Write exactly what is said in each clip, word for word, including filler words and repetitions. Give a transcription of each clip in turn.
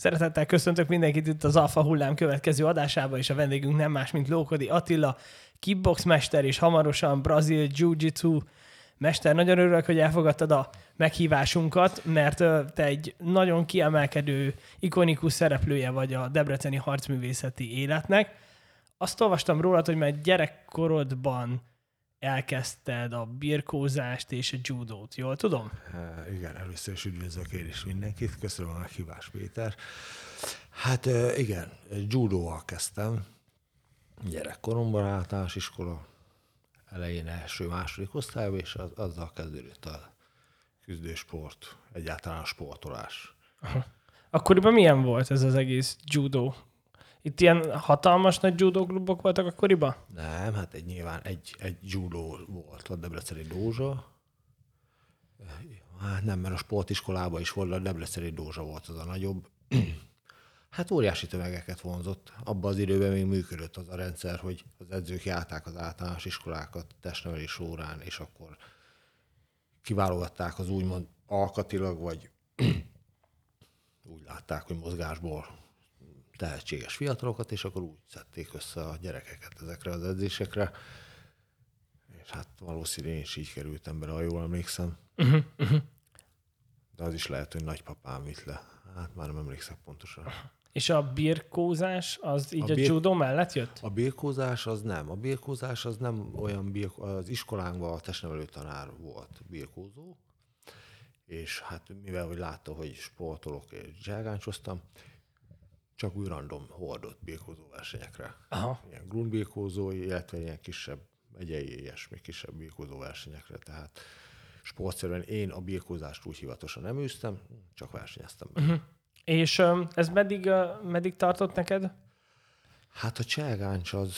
Szeretettel köszöntök mindenkit itt az Alfa Hullám következő adásában, és a vendégünk nem más, mint Lókodi Attila, kickbox mester és hamarosan brazil jiu-jitsu mester. Nagyon örülök, hogy elfogadtad a meghívásunkat, mert te egy nagyon kiemelkedő, ikonikus szereplője vagy a debreceni harcművészeti életnek. Azt olvastam rólad, hogy már gyerekkorodban elkezdted a birkózást és a judót, jól tudom? Há, igen, először is üdvözlök én is mindenkit, köszönöm a meghívást, Péter. Hát igen, judóval kezdtem, gyerekkoromban, általános iskola elején első-második osztályban, és az, azzal kezdődött a küzdősport, egyáltalán a sportolás. Aha. Akkoriban milyen volt ez az egész judó? Itt ilyen hatalmas nagy judóklubok voltak akkoriban? Nem, hát egy, nyilván egy, egy judó volt a debreceni dózsa. Hát nem, mert a sportiskolában is volt, a debreceni dózsa volt az a nagyobb. Hát óriási tömegeket vonzott. Abban az időben még működött az a rendszer, hogy az edzők járták az általános iskolákat testnevelés órán, és akkor kiválogatták az úgymond alkatilag, vagy úgy látták, hogy mozgásból tehetséges fiatalokat, és akkor úgy szedték össze a gyerekeket ezekre az edzésekre. És hát valószínűleg én is így kerültem bele, ha jól emlékszem. Uh-huh, uh-huh. De az is lehet, hogy nagypapám vitt le. Hát már nem emlékszek pontosan. És a birkózás az így a, A bir- judó mellett jött? A birkózás az nem. A birkózás az nem olyan birkó... Az iskolánkban a testnevelő tanár volt birkózó, és hát mivel hogy látta, hogy sportolok és zságáncsoztam, csak úgy random hordott birkózó versenyekre. Aha. Ilyen grundbirkózó, illetve ilyen kisebb, megyei, ilyesmi kisebb birkózó versenyekre. Tehát sportszerűen én a birkózást úgy hivatosan nem űztem, csak versenyeztem benne. Uh-huh. És um, ez meddig, uh, meddig tartott neked? Hát a cselgáncs az,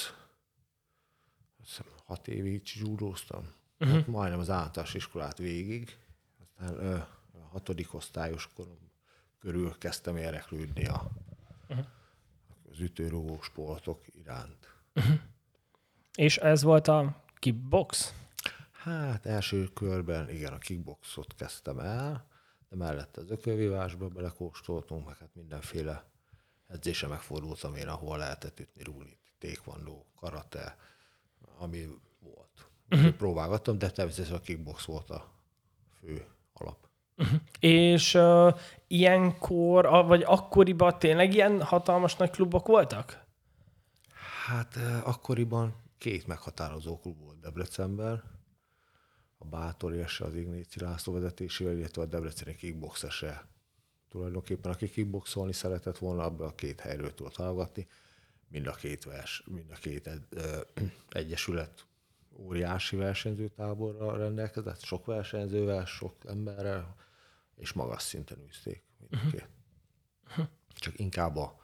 azt hiszem, hat évig judóztam. Uh-huh. Hát majdnem az általános iskolát végig. Aztán ö, a hatodik osztályos korom körül kezdtem érdeklődni a, uh-huh. az ütőrugó sportok iránt. Uh-huh. És ez volt a kickbox? Hát első körben igen, a kickboxot kezdtem el, de mellette az ökölvívásba belekóstoltunk, meg hát mindenféle edzése megfordultam én, ahol lehetett ütni, rúgni, taekwondo, karate, ami volt. Uh-huh. Próbálgattam, de természetesen a kickbox volt a fő alap. Uh-huh. És uh, ilyenkor, vagy akkoriban tényleg ilyen hatalmas nagy klubok voltak? Hát uh, akkoriban két meghatározó klub volt Debrecenben, a Bátori ese, az Ignéci László vezetésével, illetve a debreceni kickbox ese. Tulajdonképpen aki kickboxolni szeretett volna, abban a két helyről tudott hallgatni. Mind a két, vers, mind a két ed, ö, egyesület óriási versenyzőtáborral rendelkezett, sok versenyzővel, sok emberrel, és magas szinten űzték mind a két. Uh-huh. Csak inkább a,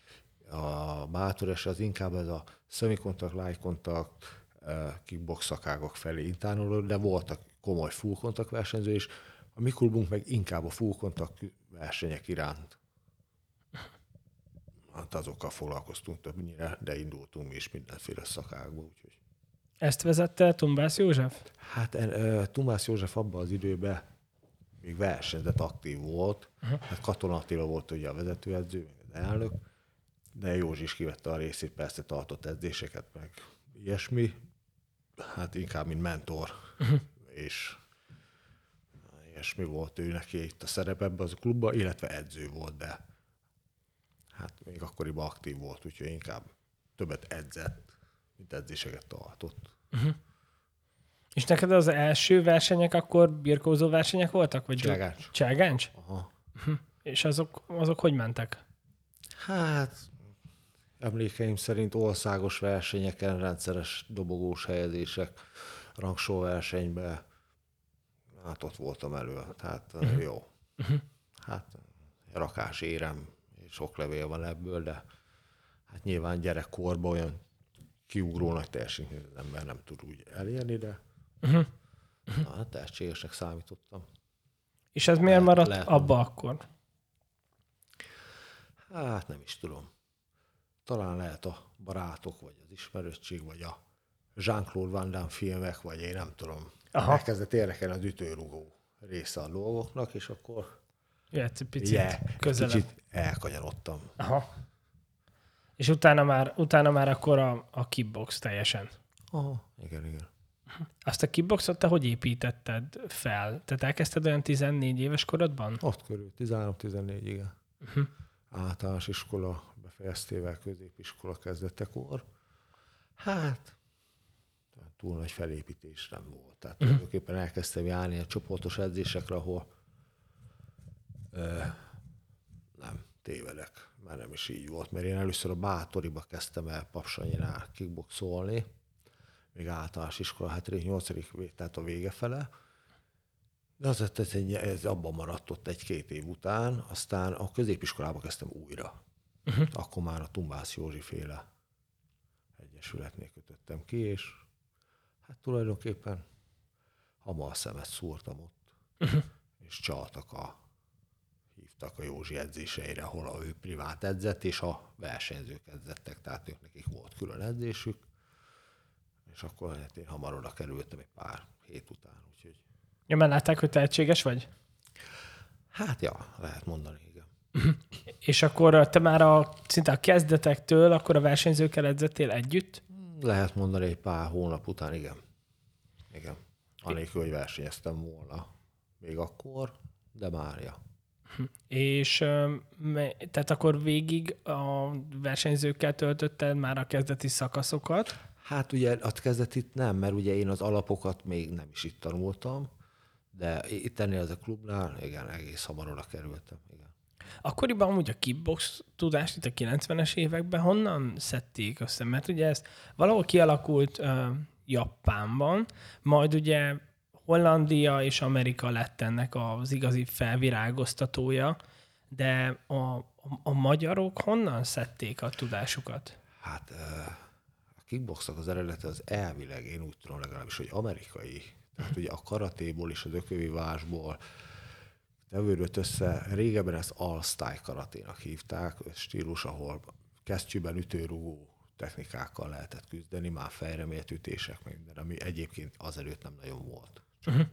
a Bátor ese az inkább ez a szemikontakt, lájkontakt, kickbox szakágok felé intánulott, de voltak komoly full contact versenyző, és a mi klubunk meg inkább a full contact versenyek iránt. Hát azokkal foglalkoztunk többnyire, de indultunk mi is mindenféle szakákba. Úgyhogy. Ezt vezette Tumbász József? Hát uh, Tumbász József abban az időben még versenyzett, aktív volt. Uh-huh. Hát Katona Attila volt ugye a vezetőedző, az elnök, de Józsi is kivette a részét, persze tartott edzéseket, meg ilyesmi. Hát inkább, mint mentor. Uh-huh. És ilyesmi volt ő neki itt a szerep ebben az a klubban, illetve edző volt, de hát még akkoriban aktív volt, úgyhogy inkább többet edzett, mint edzéseket tartott. Uh-huh. És neked az első versenyek akkor birkózó versenyek voltak? Vagy Cselgáncs. Cselgáncs? Aha. Uh-huh. És azok, azok hogy mentek? Hát emlékeim szerint országos versenyeken, rendszeres dobogós helyezések, rangsor versenyben, hát ott voltam elő, tehát uh-huh. jó. Uh-huh. Hát rakás érem, sok levél van ebből, de hát nyilván gyerekkorban olyan kiugró nagy teljesítményt az ember nem tud úgy elérni, de uh-huh. na, hát tehetségesnek számítottam. És ez miért lehet, maradt lehet, abba akkor? Hát nem is tudom. Talán lehet a barátok, vagy az ismerőség, vagy a Jean-Claude Van Damme filmek, vagy én nem tudom. Aha. Elkezdett érdekelni az ütőrugó része a dolgoknak, és akkor Jöhetsz egy picit yeah, közelebb. Kicsit elkanyarodtam. Aha. És utána már, utána már akkor a, a kickbox teljesen. Aha, igen, igen. Azt a kickboxot te hogy építetted fel? Tehát elkezdted olyan tizennégy éves korodban? Ott körül, tizenhárom-tizennégy, igen. Uh-huh. Általános iskola befejeztével, középiskola kezdetekor. Hát, túl nagy felépítés nem volt. Tehát uh-huh. tulajdonképpen elkezdtem járni a csoportos edzésekre, ahol ö, nem tévedek, már nem is így volt, mert én először a Bátoriba kezdtem el Papsanyinál kickboxolni, még általános iskola hetedik nyolcadik tehát a vége fele. De az, ez, ez abban maradt ott egy-két év után, aztán a középiskolába kezdtem újra. Uh-huh. Akkor már a Tumbász Józsi féle egyesületnél kötöttem ki, és hát tulajdonképpen hamar szemet szúrtam ott, uh-huh. és csaltak a, hívtak a Józsi edzéseire, ahol a ő privát edzett, és a versenyzők edzettek, tehát ők nekik volt külön edzésük, és akkor hát én hamar oda kerültem egy pár hét után, úgyhogy... Ja, mert látták, hogy tehetséges vagy? Hát ja, lehet mondani, igen. Uh-huh. És akkor te már a, szinte a kezdetektől akkor a versenyzőkkel edzettél együtt? Lehet mondani egy pár hónap után, igen. Igen. Anélkül, hogy versenyeztem volna még akkor, de már ja. És tehát akkor végig a versenyzőkkel töltötted már a kezdeti szakaszokat? Hát ugye a kezdetit nem, mert ugye én az alapokat még nem is itt tanultam, de itt ennél az a klubnál, igen, egész hamar oda kerültem, igen. Akkoriban amúgy a kickbox tudást itt a kilencvenes években honnan szedték össze? Mert ugye ez valahol kialakult uh, Japánban, majd ugye Hollandia és Amerika lett ennek az igazi felvirágoztatója, de a, a, a magyarok honnan szedték a tudásukat? Hát a kickboxnak az eredete az elvileg, én úgy tudom legalábbis, hogy amerikai. Tehát ugye a karatéból és az ökövívásból tevődött össze, régebben ezt all-style karaténak hívták, stílus, ahol kesztyűben ütőrugó technikákkal lehetett küzdeni, már fejre mért ütések, meg minden, ami egyébként azelőtt nem nagyon volt. Uh-huh.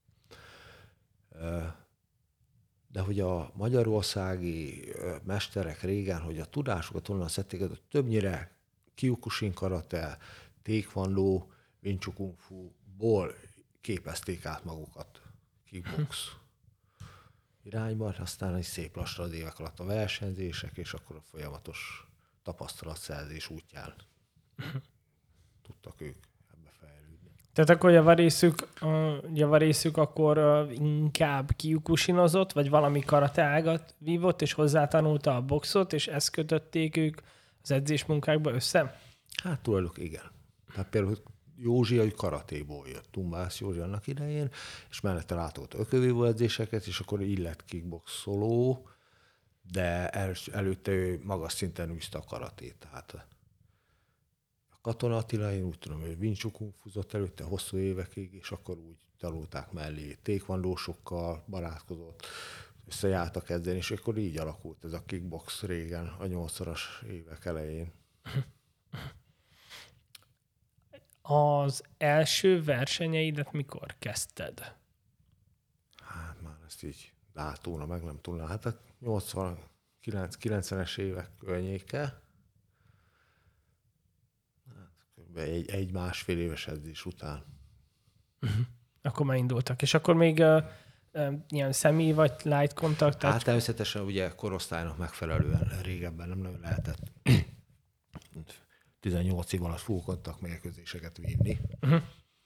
De hogy a magyarországi mesterek régen, hogy a tudásukat onnan szedték, hogy többnyire Kyokushin karate, taekwondo, Wing Chun Kung Fu-ból képezték át magukat kickbox irányban, aztán egy szép lassan az évek alatt a versenyzések, és akkor a folyamatos tapasztalatszerzés útján tudtak ők ebbe fejlődni. Tehát akkor javarészük, javarészük akkor inkább Kyokushinozott, vagy valami karate ágat vívott, és hozzátanulta a boxot, és ezt kötötték ők az edzésmunkákba össze? Hát tulajdonképpen igen. Tehát például Józsi, hogy karatéból jött, Tumbász Józsi annak idején, és mellette látott ökövívó edzéseket, és akkor így lett kickboxoló, de el, előtte ő magas szinten űzte a karatét. Tehát a Katona Attila, én úgy tudom, hogy Wing Chun Kung Fuzott előtte hosszú évekig, és akkor úgy tanulták mellé taekwondósokkal, barátkozott, összejártak edzeni, és akkor így alakult ez a kickbox régen, a nyolcvanas évek elején. Az első versenyeidet mikor kezdted? Hát már ezt így látóna, meg nem tudná. Hát a nyolcvankilenc kilencvenes évek környéke. Hát kb. egy, egy másfél éves edzés után. Uh-huh. Akkor már indultak. És akkor még uh, uh, ilyen személy vagy light contact? Hát természetesen ugye korosztálynak megfelelően régebben nem nagyon lehetett tizennyolc év alatt full kontakt mérkőzéseket vívni. Uh-huh.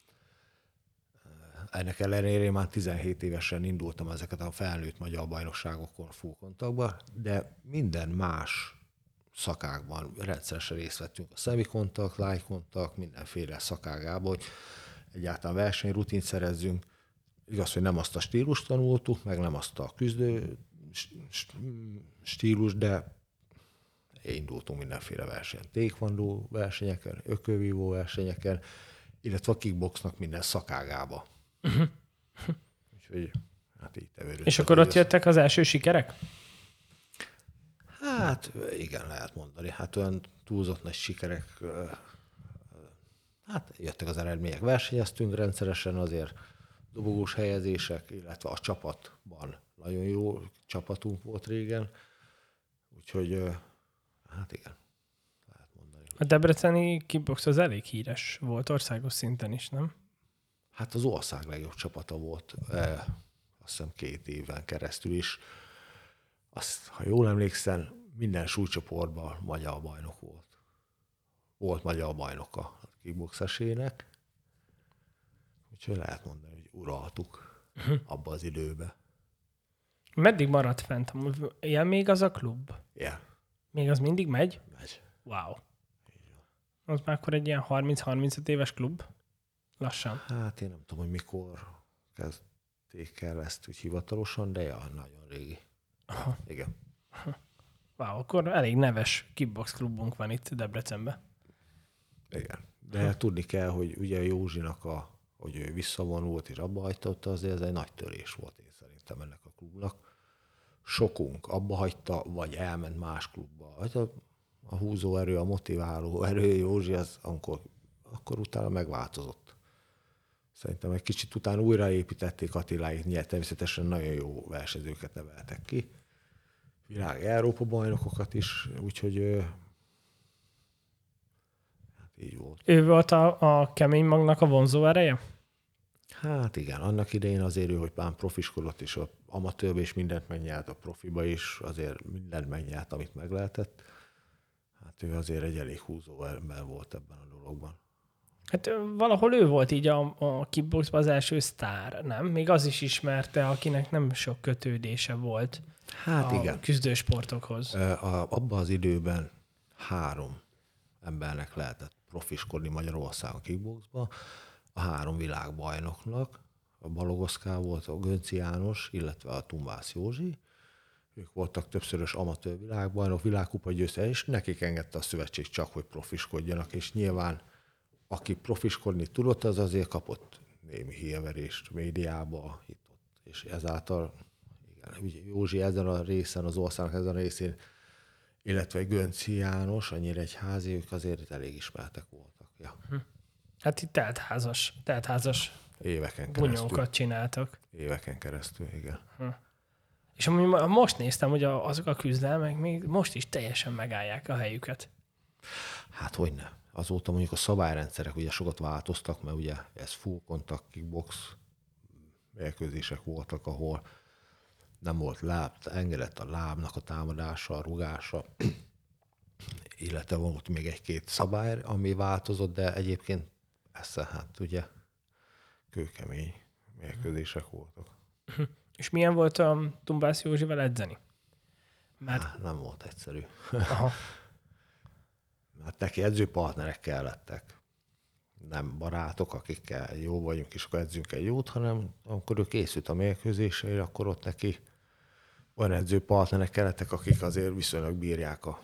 Ennek ellenére én már tizenhét évesen indultam ezeket a felnőtt magyar bajnokságokon full kontaktba, de minden más szakákban rendszeresen részt vettünk a szemikontakt, light kontakt, mindenféle szakágában, hogy egyáltalán versenyrutint szerezzünk. Igaz, hogy nem azt a stílust tanultuk, meg nem azt a küzdő stílus, de indultunk mindenféle versenyen. Taekwondo versenyeken, ökövívó versenyeken, illetve a kickboxnak minden szakágába. Uh-huh. Úgyhogy, hát így tevődött. És akkor ott jöttek az első sikerek? Hát igen, lehet mondani. Hát olyan túlzott nagy sikerek, hát jöttek az eredmények. Versenyeztünk rendszeresen azért dobogós helyezések, illetve a csapatban nagyon jó csapatunk volt régen, úgyhogy hát igen, lehet mondani. A debreceni kickbox az elég híres volt országos szinten is, nem? Hát az ország legjobb csapata volt, eh, azt hiszem két éven keresztül is. Azt, ha jól emlékszem, minden súlycsoportban magyar bajnok volt. Volt magyar bajnoka a kickbox esélynek, úgyhogy lehet mondani, hogy uraltuk uh-huh. abba az időbe. Meddig maradt fent? Él még az a klub? Igen. Még az mindig megy? Megy. Wow. Az már akkor egy ilyen harminc-harmincöt éves klub? Lassan. Hát én nem tudom, hogy mikor kezdték el ezt úgy hivatalosan, de ja, nagyon régi. Aha. Igen. Wow, akkor elég neves kickbox klubunk van itt Debrecenben. Igen. De ha. tudni kell, hogy ugye Józsinak, a, hogy ő visszavonult és abba hagyta, azért ez egy nagy törés volt én szerintem ennek a klubnak. Sokunk abba hagyta, vagy elment más klubba. Hát a, a húzó erő, a motiváló erő Józsi, az akkor, akkor utána megváltozott. Szerintem egy kicsit utána újraépítették Attiláit, nyert, természetesen nagyon jó versenyzőket neveltek ki. Világ Európa bajnokokat is, úgyhogy hát így volt. Ő volt a, a kemény magnak a vonzó ereje? Hát igen, annak idején azért ő, hogy pán profiskodott, és a amatőrbe is mindent megnyert, a profiba is azért mindent megnyert, amit meg lehetett. Hát ő azért egy elég húzó ember volt ebben a dologban. Hát valahol ő volt így a, a kickboxban az első sztár, nem? Még az is ismerte, akinek nem sok kötődése volt hát a igen. küzdősportokhoz. A, abban az időben három embernek lehetett profiskodni Magyarországon kickboxba. A három világbajnoknak, a Balogoszká volt, a Gönci János, illetve a Tumbász Józsi. Ők voltak többszörös amatőr világbajnok, világkupa győztes, és nekik engedte a szövetség csak, hogy profiskodjanak, és nyilván aki profiskodni tudott, az azért kapott némi hírverést médiába, itt-ott. És ezáltal, igen, ugye Józsi ezen a részen, az országnak ezen a részén, illetve Gönci János, a Nyíregyházi, ők azért elég ismertek voltak. Ja. Hm. Hát itt teltházas, teltházas éveken keresztül. bunyókat csináltak. Éveken keresztül, igen. Hm. És amúgy most néztem, hogy azok a küzdelmek még most is teljesen megállják a helyüket. Hát hogyne. Azóta mondjuk a szabályrendszerek ugye sokat változtak, mert ugye ez full contact kickbox mérkőzések voltak, ahol nem volt láb, engedett a lábnak a támadása, a rugása, illetve volt még egy-két szabály, ami változott, de egyébként esze, hát ugye kőkemény mérkőzések voltak. És milyen volt a Tumbász Józsival edzeni? Mert... Há, nem volt egyszerű. Aha. Mert neki edzőpartnerek kellettek. Nem barátok, akikkel jó vagyunk, és akkor edzünk egy jót, hanem amikor ő készült a mérkőzésére, akkor ott neki olyan edzőpartnerek kellettek, akik azért viszonylag bírják a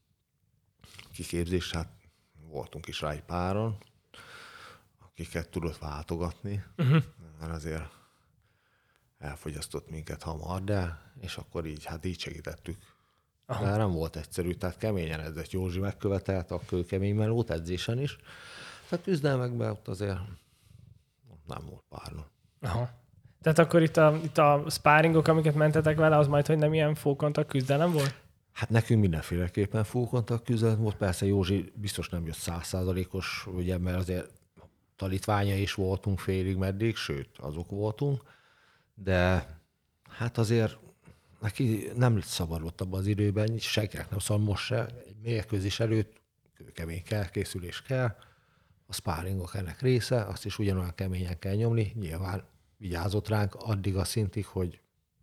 kiképzést. Hát voltunk is rá egy páron, akiket tudott váltogatni, uh-huh. mert azért elfogyasztott minket hamar, de és akkor így, hát így segítettük. Aha. De nem volt egyszerű, tehát keményen edzett. Józsi megkövetelte a kőkemény melót edzésen is. Tehát küzdelmekben ott azért nem volt párna. Aha. Tehát akkor itt a, itt a sparringok, amiket mentetek vele, az majd, hogy nem ilyen full-kontakt küzdelem volt? Hát nekünk mindenféleképpen full-kontakt küzdelem volt. Persze Józsi biztos nem jött száz százalékos, ugye, mert azért talítványa is voltunk félig meddig, sőt, azok voltunk. De hát azért neki nem szabadott abban az időben, senkinek nem szabad most se, egy mérkőzés előtt kőkemény kell, készülés kell, a sparringok ennek része, azt is ugyanolyan keményen kell nyomni, nyilván vigyázott ránk addig a szintig, hogy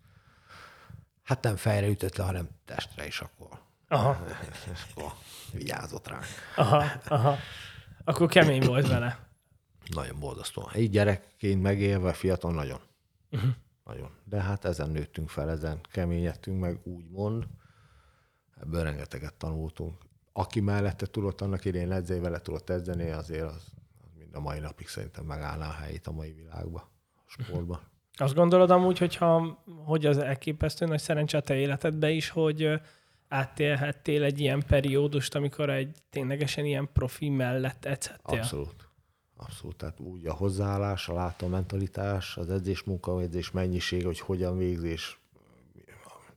hát nem fejre ütött le, hanem testre is akkor. Aha. És akkor vigyázott ránk. Aha, aha. Akkor kemény volt vele. Nagyon borzasztóan. Így gyerekként megélve, fiatal nagyon. Uh-huh. Nagyon. De hát ezen nőttünk fel, ezen keményedtünk meg, úgymond. Ebből rengeteget tanultunk. Aki mellette tudott annak idején edzeni, vele tudott edzeni, azért az, az mind a mai napig szerintem megállná a helyét a mai világban, a sportban. Azt gondolod amúgy, hogyha, hogy az elképesztő nagy szerencse a te életedbe is, hogy átélhettél egy ilyen periódust, amikor egy ténylegesen ilyen profi mellett edzhettél? Abszolút. Abszolút. Tehát úgy a hozzáállás, a látó mentalitás, az edzés munka, edzés mennyiség, hogy hogyan végzés,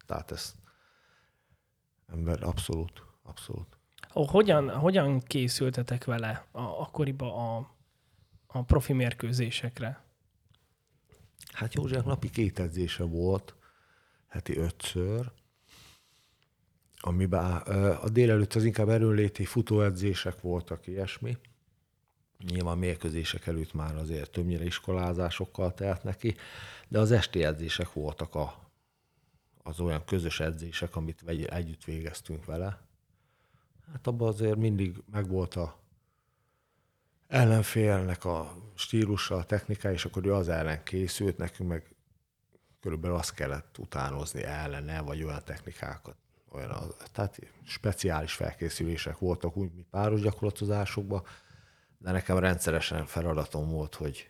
Tehát ez ember abszolút, abszolút. Hogyan, hogyan készültetek vele a, akkoriban a, a profi mérkőzésekre? Hát József napi két edzése volt, heti ötször, amiben a délelőtt az inkább erőnléti futóedzések voltak, ilyesmi. Nyilván mérkőzések előtt már azért többnyire iskolázásokkal telt neki, de az esti edzések voltak a, az olyan közös edzések, amit együtt végeztünk vele. Hát abban azért mindig megvolt a ellenfélnek a stílusa, a technikája, és akkor ő az ellen készült, nekünk meg körülbelül azt kellett utánozni ellene, vagy olyan technikákat. Olyan, tehát speciális felkészülések voltak úgy, mint páros gyakorlatozásokban, de nekem rendszeresen feladatom volt, hogy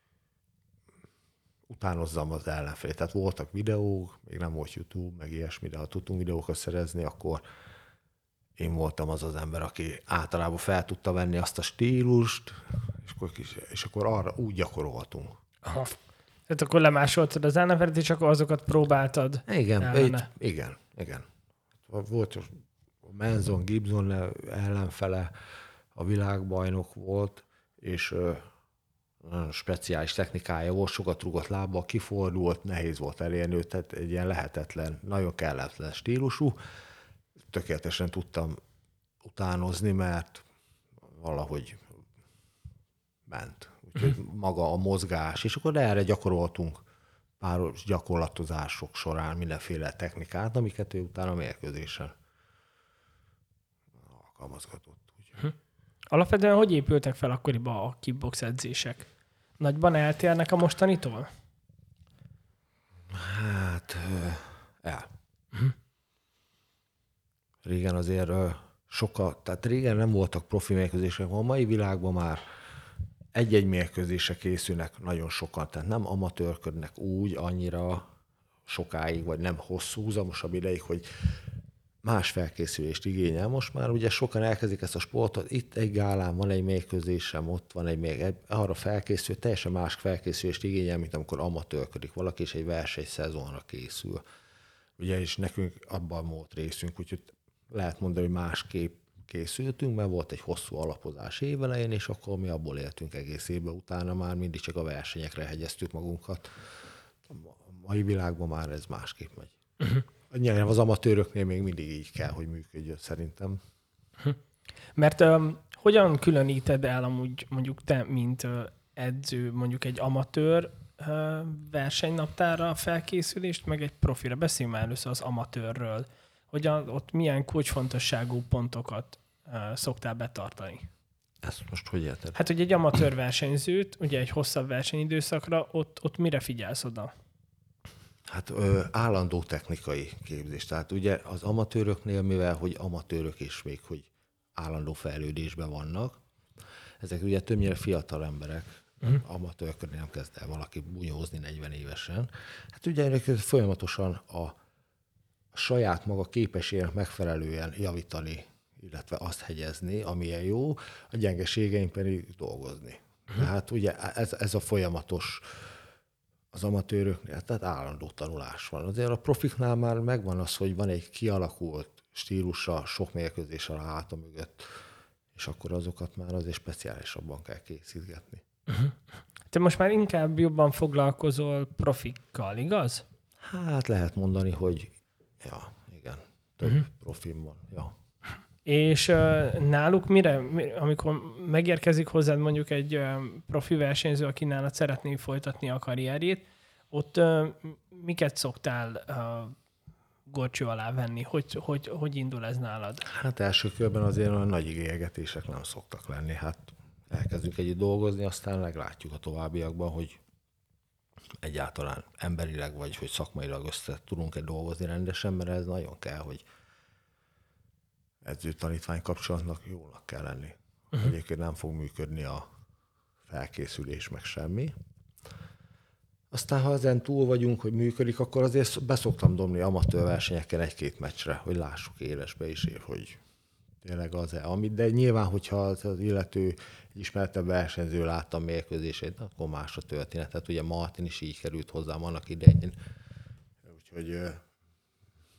utánozzam az ellenfelét. Tehát voltak videók, még nem volt YouTube, meg ilyesmi, de ha tudtunk videókat szerezni, akkor én voltam az az ember, aki általában fel tudta venni azt a stílust, és akkor, és akkor arra úgy gyakoroltunk. Aha. Tehát akkor lemásoltad az ellenfelet, és akkor azokat próbáltad. Igen, így, igen, igen. Volt a Manson, Gibson ellenfele, a világbajnok volt, és nagyon speciális technikája volt, sokat rúgott lábbal, kifordult, nehéz volt elérni őt, tehát egy ilyen lehetetlen, nagyon kelletlen stílusú. Tökéletesen tudtam utánozni, mert valahogy ment. Úgyhogy maga a mozgás, és akkor erre gyakoroltunk páros gyakorlatozások során mindenféle technikát, amiket ő utána mérkőzésen alkalmazgatott. Úgyhogy. Alapvetően hogy épültek fel akkoriban a kickbox edzések? Nagyban eltérnek a mostanitól? Hát, el. Régen azért sokkal, tehát régen nem voltak profi mérkőzések, a mai világban már egy-egy mérkőzésre készülnek nagyon sokan, tehát nem amatőrködnek úgy annyira sokáig, vagy nem hosszú, húzamosabb ideig, hogy más felkészülést igényel. Most már ugye sokan elkezdik ezt a sportot, itt egy gálán van egy mérkőzésem, ott van egy még egy, arra felkészül, teljesen más felkészülést igényel, mint amikor amatőrködik valaki, és egy versenyszezonra készül. Ugye, és nekünk abban volt részünk, úgyhogy lehet mondani, hogy másképp készültünk, mert volt egy hosszú alapozás évelején, és akkor mi abból éltünk egész évben, utána már mindig csak a versenyekre hegyeztük magunkat. A mai világban már ez másképp megy. Uh-huh. Az amatőröknél még mindig így kell, hogy működjön szerintem. Uh-huh. Mert um, hogyan különíted el amúgy mondjuk te, mint uh, edző, mondjuk egy amatőr uh, versenynaptára a felkészülést, meg egy profira? Beszéljünk már először az amatőrről. Hogyan, ott milyen kulcsfontosságú pontokat uh, szoktál betartani? Ezt most hogy érted? Hát, hogy egy amatőr versenyzőt, ugye egy hosszabb versenyidőszakra, ott, ott mire figyelsz oda? Hát ö, állandó technikai képzés. Tehát ugye az amatőröknél, mivel hogy amatőrök is még, hogy állandó fejlődésben vannak, ezek ugye többnyire fiatal emberek, uh-huh. amatőrködni nem kezd el valaki bunyózni negyven évesen. Hát ugye folyamatosan a a saját maga képességének megfelelően javítani, illetve azt hegyezni, amilyen jó, a gyengeségeink pedig dolgozni. Uh-huh. Tehát ugye ez, ez a folyamatos az amatőröknél, tehát állandó tanulás van. Azért a profiknál már megvan az, hogy van egy kialakult stílusa, sok mérkőzés a háta mögött, és akkor azokat már azért speciálisabban kell készítgetni. Uh-huh. Te most már inkább jobban foglalkozol profikkal, igaz? Hát lehet mondani, hogy ja, igen, több uh-huh. profim van. Ja. És uh, náluk mire, amikor megérkezik hozzád mondjuk egy uh, profi versenyző, aki nálad szeretné folytatni a karrierjét, ott uh, miket szoktál uh, górcső alá venni? Hogy, hogy, hogy indul ez nálad? Hát első körben azért olyan nagy ígérgetések nem szoktak lenni. Hát elkezdünk együtt dolgozni, aztán meglátjuk a továbbiakban, hogy egyáltalán emberileg, vagy hogy szakmailag össze tudunk-e dolgozni rendesen, mert ez nagyon kell, hogy edző-tanítvány kapcsolatnak jónak kell lenni. Uh-huh. Egyébként nem fog működni a felkészülés, meg semmi. Aztán, ha ezen túl vagyunk, hogy működik, akkor azért beszoktam dobni amatőr versenyeken egy-két meccsre, hogy lássuk élesbe is, hogy tényleg az-e. Amit, de nyilván, hogyha az, az illető egy ismertebb versenyző látta a mérkőzését, akkor más a történet. Tehát ugye Martin is így került hozzám annak idején. Úgyhogy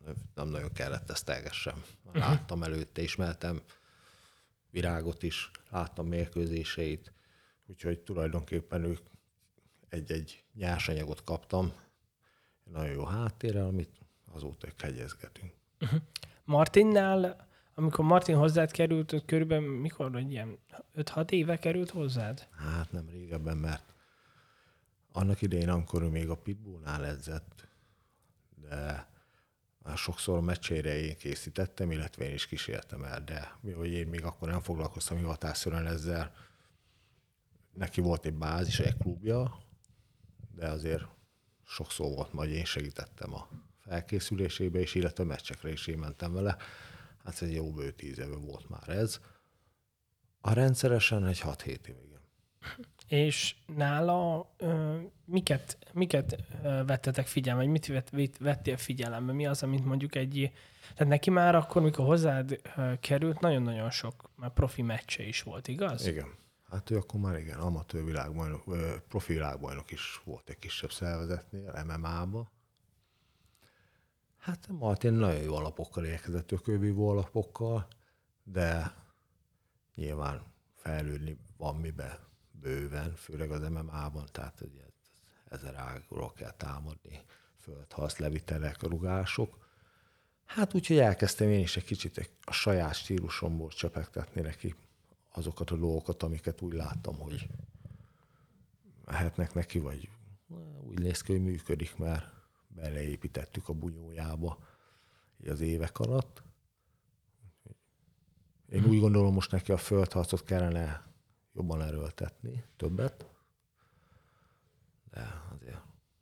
nem nagyon kellett tesztelgessem. Láttam előtte, ismertem Virágot is, láttam mérkőzéseit, úgyhogy tulajdonképpen ők egy-egy nyersanyagot kaptam, nagyon jó háttérrel, amit azóta hegyezgetünk. Uh-huh. Martinnál, amikor Martin hozzád került, körülbelül mikor, hogy ilyen öt-hat éve került hozzád? Hát nem régebben, mert annak idején, amikor ő még a Pitbullnál edzett, de már sokszor a meccsére én készítettem, illetve én is kísértem el, de mivel én még akkor nem foglalkoztam hivatásszerűen ezzel, neki volt egy bázis, egy klubja, de azért sokszor volt, majd én segítettem a felkészülésébe is, illetve a meccsekre is én mentem vele. Hát egy jó bő tíz éve volt már ez. A rendszeresen egy hat-hét év, igen. És nála ö, miket, miket ö, vettetek figyelembe, vagy mit vett, mit vettél figyelembe? Mi az, amit mondjuk egy... Tehát neki már akkor, mikor hozzád ö, került, nagyon-nagyon sok már profi meccse is volt, igaz? Igen. Hát ő akkor már igen, amatőr világbajnok, profi világbajnok is volt egy kisebb szervezetnél, em em á-ba. Hát Martin nagyon jó alapokkal érkezett, ökölvívó alapokkal, de nyilván fejlődni van miben bőven, főleg az em em á-ban, tehát ugye ezer ágról kell támadni, földharc, levitelek, rugások. Hát úgyhogy elkezdtem én is egy kicsit a saját stílusomból csepegtetni neki azokat a dolgokat, amiket úgy láttam, hogy mehetnek neki, vagy úgy néz ki, hogy működik, mert beleépítettük a bunyójába az évek alatt. Én úgy gondolom, most neki a földharcot kellene jobban erőltetni, többet, de azért...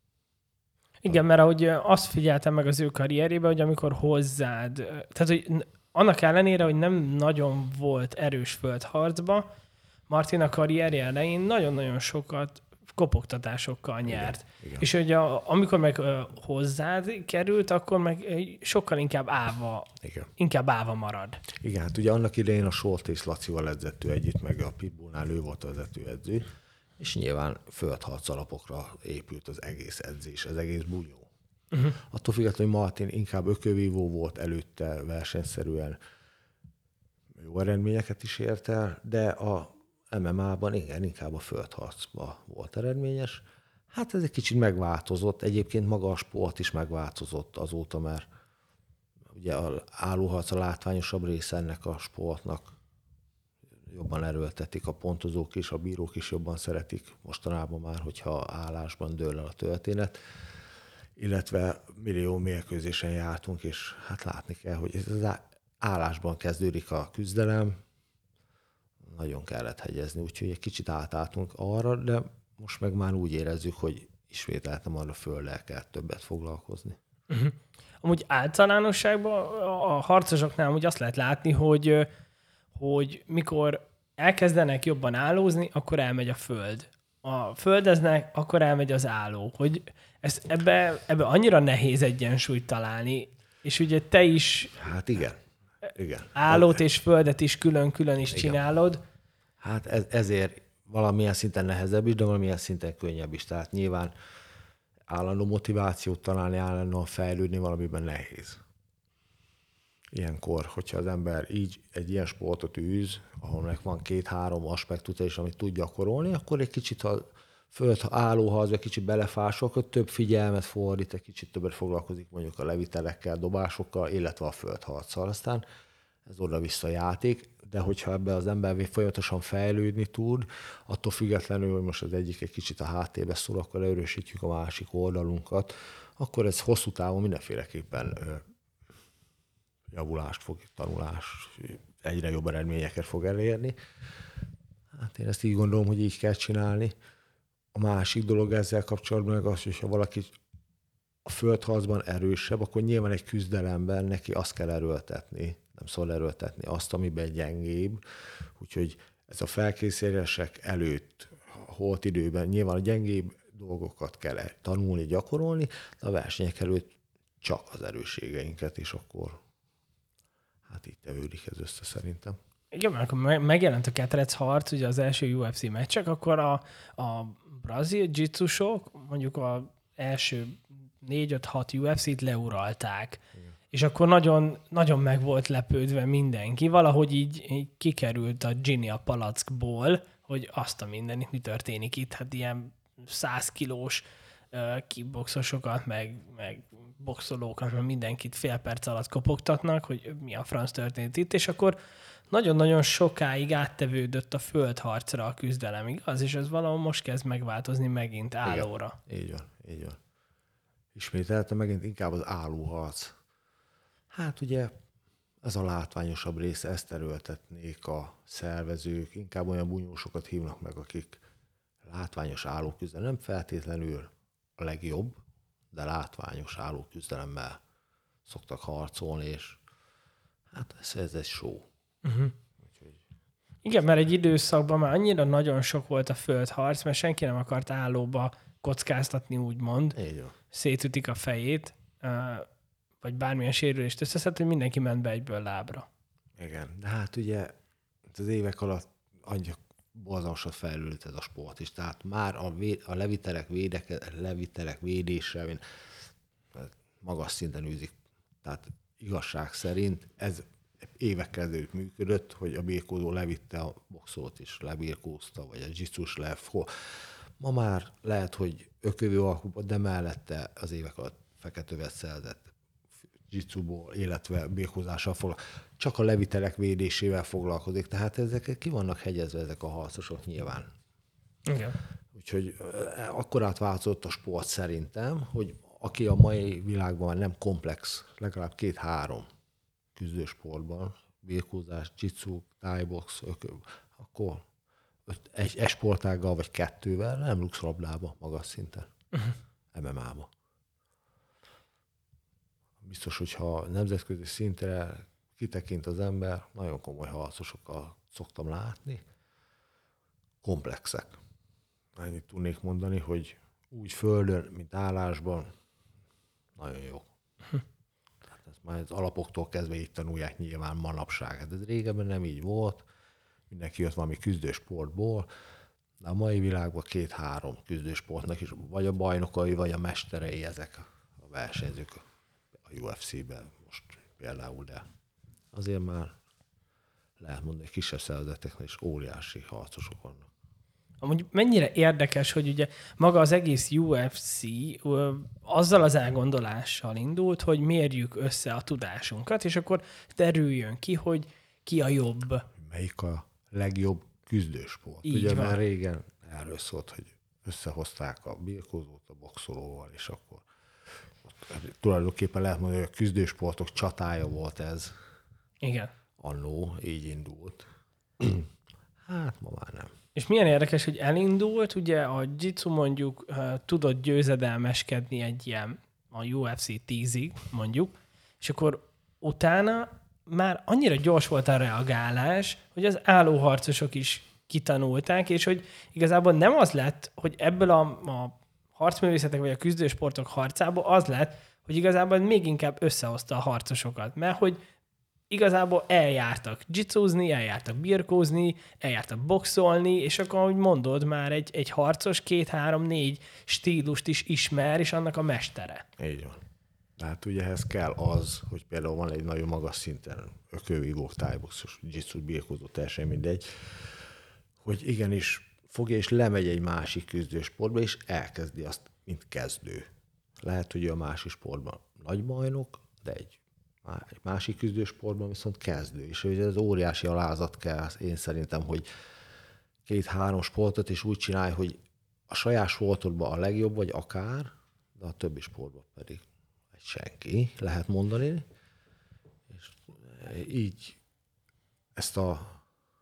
Igen, mert ahogy azt figyeltem meg az ő karrierjében, hogy amikor hozzád, tehát hogy annak ellenére, hogy nem nagyon volt erős földharcba, Martin a karrierje elején nagyon-nagyon sokat kopogtatásokkal nyert. Igen, igen. És hogy a, amikor meg uh, hozzád került, akkor meg sokkal inkább áva, igen. inkább áva marad. Igen, hát ugye annak idején a Solt és Lacival edzett ő együtt, meg a Pitbullnál ő volt az vezetőedző, és nyilván földharc alapokra épült az egész edzés, az egész bunyó. Uh-huh. Attól függetlenül, hogy Martin inkább ökölvívó volt, előtte versenyszerűen jó eredményeket is ért el, de a em em á-ban igen, inkább a földharcban volt eredményes. Hát ez egy kicsit megváltozott. Egyébként maga a sport is megváltozott azóta, mert ugye az állóharc a látványosabb része ennek a sportnak. Jobban erőltetik a pontozók is, a bírók is jobban szeretik mostanában már, hogyha állásban dől el a történet. Illetve millió mérkőzésen jártunk, és hát látni kell, hogy ez az állásban kezdődik a küzdelem, nagyon kellett hegyezni, úgyhogy egy kicsit átálltunk arra, de most meg már úgy érezzük, hogy ismételtem arra földel kell többet foglalkozni. Uh-huh. Amúgy általánosságban a harcosoknál amúgy azt lehet látni, hogy, hogy mikor elkezdenek jobban állózni, akkor elmegy a föld. A földeznek, akkor elmegy az álló. Hogy ez, ebbe, ebbe annyira nehéz egyensúlyt találni, és ugye te is hát igen. Igen. állót és földet is külön-külön is igen. csinálod. Hát ez, ezért valamilyen szinten nehezebb is, de valamilyen szinten könnyebb is. Tehát nyilván állandó motivációt találni, állandóan fejlődni valamiben nehéz. Ilyenkor, hogyha az ember így egy ilyen sportot űz, ahol van két-három aspektus is, amit tud gyakorolni, akkor egy kicsit a föld állóharcba kicsit belefásol, akkor több figyelmet fordít, egy kicsit többet foglalkozik mondjuk a levitelekkel, dobásokkal, illetve a földharccal. Aztán ez oda-vissza játék, de hogyha ebbe az ember folyamatosan fejlődni tud, attól függetlenül, hogy most az egyik egy kicsit a háttérbe szól, akkor erősítjük a másik oldalunkat, akkor ez hosszú távon mindenféleképpen javulást fog, tanulás, egyre jobb eredményeket fog elérni. Hát én ezt így gondolom, hogy így kell csinálni. A másik dolog ezzel kapcsolatban meg az, hogyha valaki a földharcban erősebb, akkor nyilván egy küzdelemben neki azt kell erőltetni, nem szól erőltetni azt, amiben gyengébb. Úgyhogy ez a felkészülések előtt, holt időben nyilván a gyengébb dolgokat kell tanulni, gyakorolni, de a versenyek előtt csak az erősségeinket, és akkor hát így tevődik ez össze szerintem. Igen, mert akkor megjelent a ketrec harc, ugye az első u ef cé meccsek, akkor a, a brazil jiu-jitsusok mondjuk az első négy öt hat u ef cét leuralták. Igen. és akkor nagyon, nagyon meg volt lepődve mindenki. Valahogy így, így kikerült a Ginny a palackból, hogy azt a mindenit, mi történik itt. Hát ilyen száz kilós uh, kickboxosokat, meg, meg boxolókat, meg mindenkit fél perc alatt kopogtatnak, hogy mi a franc történt itt, és akkor nagyon-nagyon sokáig áttevődött a földharcra a küzdelem, igaz? És ez valahol most kezd megváltozni megint állóra. Igen, így van, így van. Ismételtem megint inkább az állóharc. Hát ugye ez a látványosabb része, ezt erőltetnék a szervezők, inkább olyan bunyósokat hívnak meg, akik látványos állóküzdelem, nem feltétlenül a legjobb, de látványos állóküzdelemmel szoktak harcolni, és hát ez, ez egy show. Uh-huh. Úgyhogy... Igen, mert egy időszakban már annyira nagyon sok volt a földharc, mert senki nem akart állóba kockáztatni, úgymond. Így van. Szétütik a fejét, vagy bármilyen sérülést összeszed, hogy mindenki ment be egyből lábra. Igen, de hát ugye az évek alatt annyira borzalmasan fejlődött ez a sport is. Tehát már a, vé, a levitelek, védeke, levitelek védése magas szinten űzik. Tehát igazság szerint ez évekkel ezelőtt működött, hogy a birkózó levitte a boxolt is, lebirkózta, vagy a jiu-jitsus le. Ma már lehet, hogy ökövő alakúban, de mellette az évek alatt feketövet szerzett jiu-jitsuból, illetve birkózással foglalkozik. Csak a levitelek védésével foglalkozik, tehát ezek ki vannak hegyezve ezek a harcosok nyilván. Igen. Úgyhogy akkor átváltozott a sport szerintem, hogy aki a mai világban nem komplex, legalább két-három küzdősportban, birkózás, jiu-jitsu, thai-box, akkor egy esportággal vagy kettővel, nem luxlabdába magas szinten, uh-huh. em em á-ba. Biztos, hogyha nemzetközi szintre kitekint az ember, nagyon komoly harcosokkal szoktam látni. Komplexek. Ennyit tudnék mondani, hogy úgy földön, mint állásban nagyon jó. Tehát ez már az alapoktól kezdve így tanulják nyilván manapság. Hát ez régebben nem így volt. Mindenki jött valami küzdősportból, de a mai világban két-három küzdősportnak is, vagy a bajnokai, vagy a mesterei ezek a versenyzők a u ef cé-ben most például, de azért már lehet mondani, hogy kisebb szervezeteknél is óriási harcosok vannak. Amúgy mennyire érdekes, hogy ugye maga az egész u ef cé azzal az elgondolással indult, hogy mérjük össze a tudásunkat, és akkor derüljön ki, hogy ki a jobb. Melyik a legjobb küzdősport? Így ugye van. már régen erről szólt, hogy összehozták a birkózót a boxolóval, és akkor tulajdonképpen lehet mondani, hogy a küzdősportok csatája volt ez. Igen. Annó, így indult. Hát ma már nem. És milyen érdekes, hogy elindult, ugye a jiu-jitsu mondjuk uh, tudott győzedelmeskedni egy ilyen a u ef cé tízig mondjuk, és akkor utána már annyira gyors volt a reagálás, hogy az állóharcosok is kitanulták, és hogy igazából nem az lett, hogy ebből a, a harcművészetek vagy a küzdősportok harcából az lett, hogy igazából még inkább összehozta a harcosokat, mert hogy igazából eljártak jiu-jitsuzni, eljártak birkózni, eljártak boxolni, és akkor, ahogy mondod, már egy, egy harcos két-három-négy stílust is ismer, és annak a mestere. Így van. Tehát ugye ehhez kell az, hogy például van egy nagyon magas szinten ökölvívó, thai-boxos, jiu-jitsu, birkózó, teljesen mindegy, hogy igenis fogja és lemegy egy másik küzdősportba, és elkezdi azt, mint kezdő. Lehet, hogy a másik sportban nagy bajnok, de egy egy másik küzdősportban viszont kezdő. És ugye ez óriási alázat kell, én szerintem, hogy két-három sportot is úgy csinálj, hogy a saját sportodban a legjobb vagy akár, de a többi sportban pedig egy senki, lehet mondani. És így ezt a,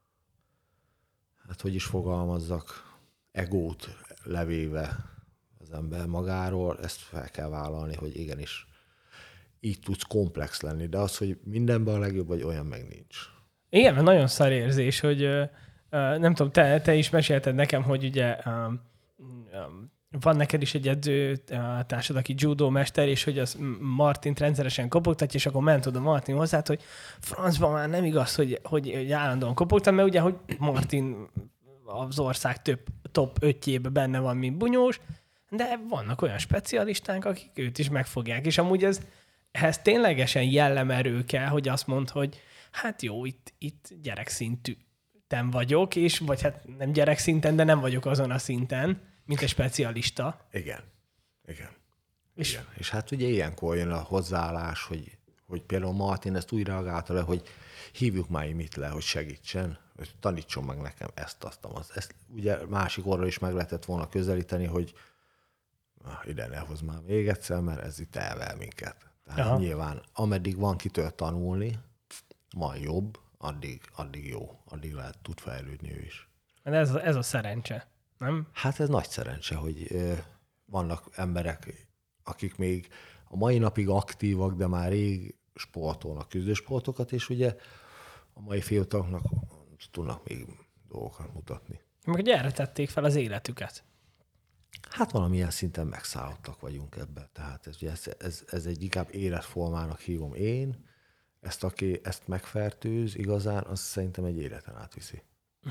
hát hogy is fogalmazzak, egót levéve az ember magáról, ezt fel kell vállalni, hogy igenis így tudsz komplex lenni, de az, hogy mindenben a legjobb, vagy olyan meg nincs. Igen, mert nagyon szar érzés, hogy uh, nem tudom, te, te is mesélted nekem, hogy ugye um, um, van neked is egy edzőtársad, aki judó mester, és hogy az Martint rendszeresen kopogtatja, és akkor ment oda Martin hozzá, hogy francban már nem igaz, hogy, hogy, hogy állandóan kopogtam, mert ugye, hogy Martin az ország több top ötjébe benne van, mint bunyós, de vannak olyan specialisták, akik őt is megfogják, és amúgy ez ehhez ténylegesen jellemerő kell, hogy azt mondd, hogy hát jó, itt, itt gyerekszintűen vagyok, és vagy hát nem gyerekszinten, de nem vagyok azon a szinten, mint egy specialista. Igen. Igen. És, Igen. És hát ugye ilyenkor jön a hozzáállás, hogy, hogy például Martin ezt úgy reagálta le, hogy hívjuk már mit le, hogy segítsen, hogy tanítson meg nekem ezt, azt, azt. Ezt ugye másik orra is meg lehetett volna közelíteni, hogy na, ide ne hozz már még egyszer, mert ez itt elvel minket. Tehát Aha. nyilván, ameddig van kitől tanulni, van jobb, addig, addig jó, addig lehet tud fejlődni ő is. Ez, ez a szerencse, nem? Hát ez nagy szerencse, hogy ö, vannak emberek, akik még a mai napig aktívak, de már rég sportolnak küzdősportokat, és ugye a mai fiataloknak tudnak még dolgokat mutatni. Meg hogy erre tették fel az életüket. Hát valamilyen szinten megszállottak vagyunk ebben. Tehát ez, ez, ez, ez egy inkább életformának hívom én. Ezt, aki ezt megfertőz igazán, az szerintem egy életen átviszi.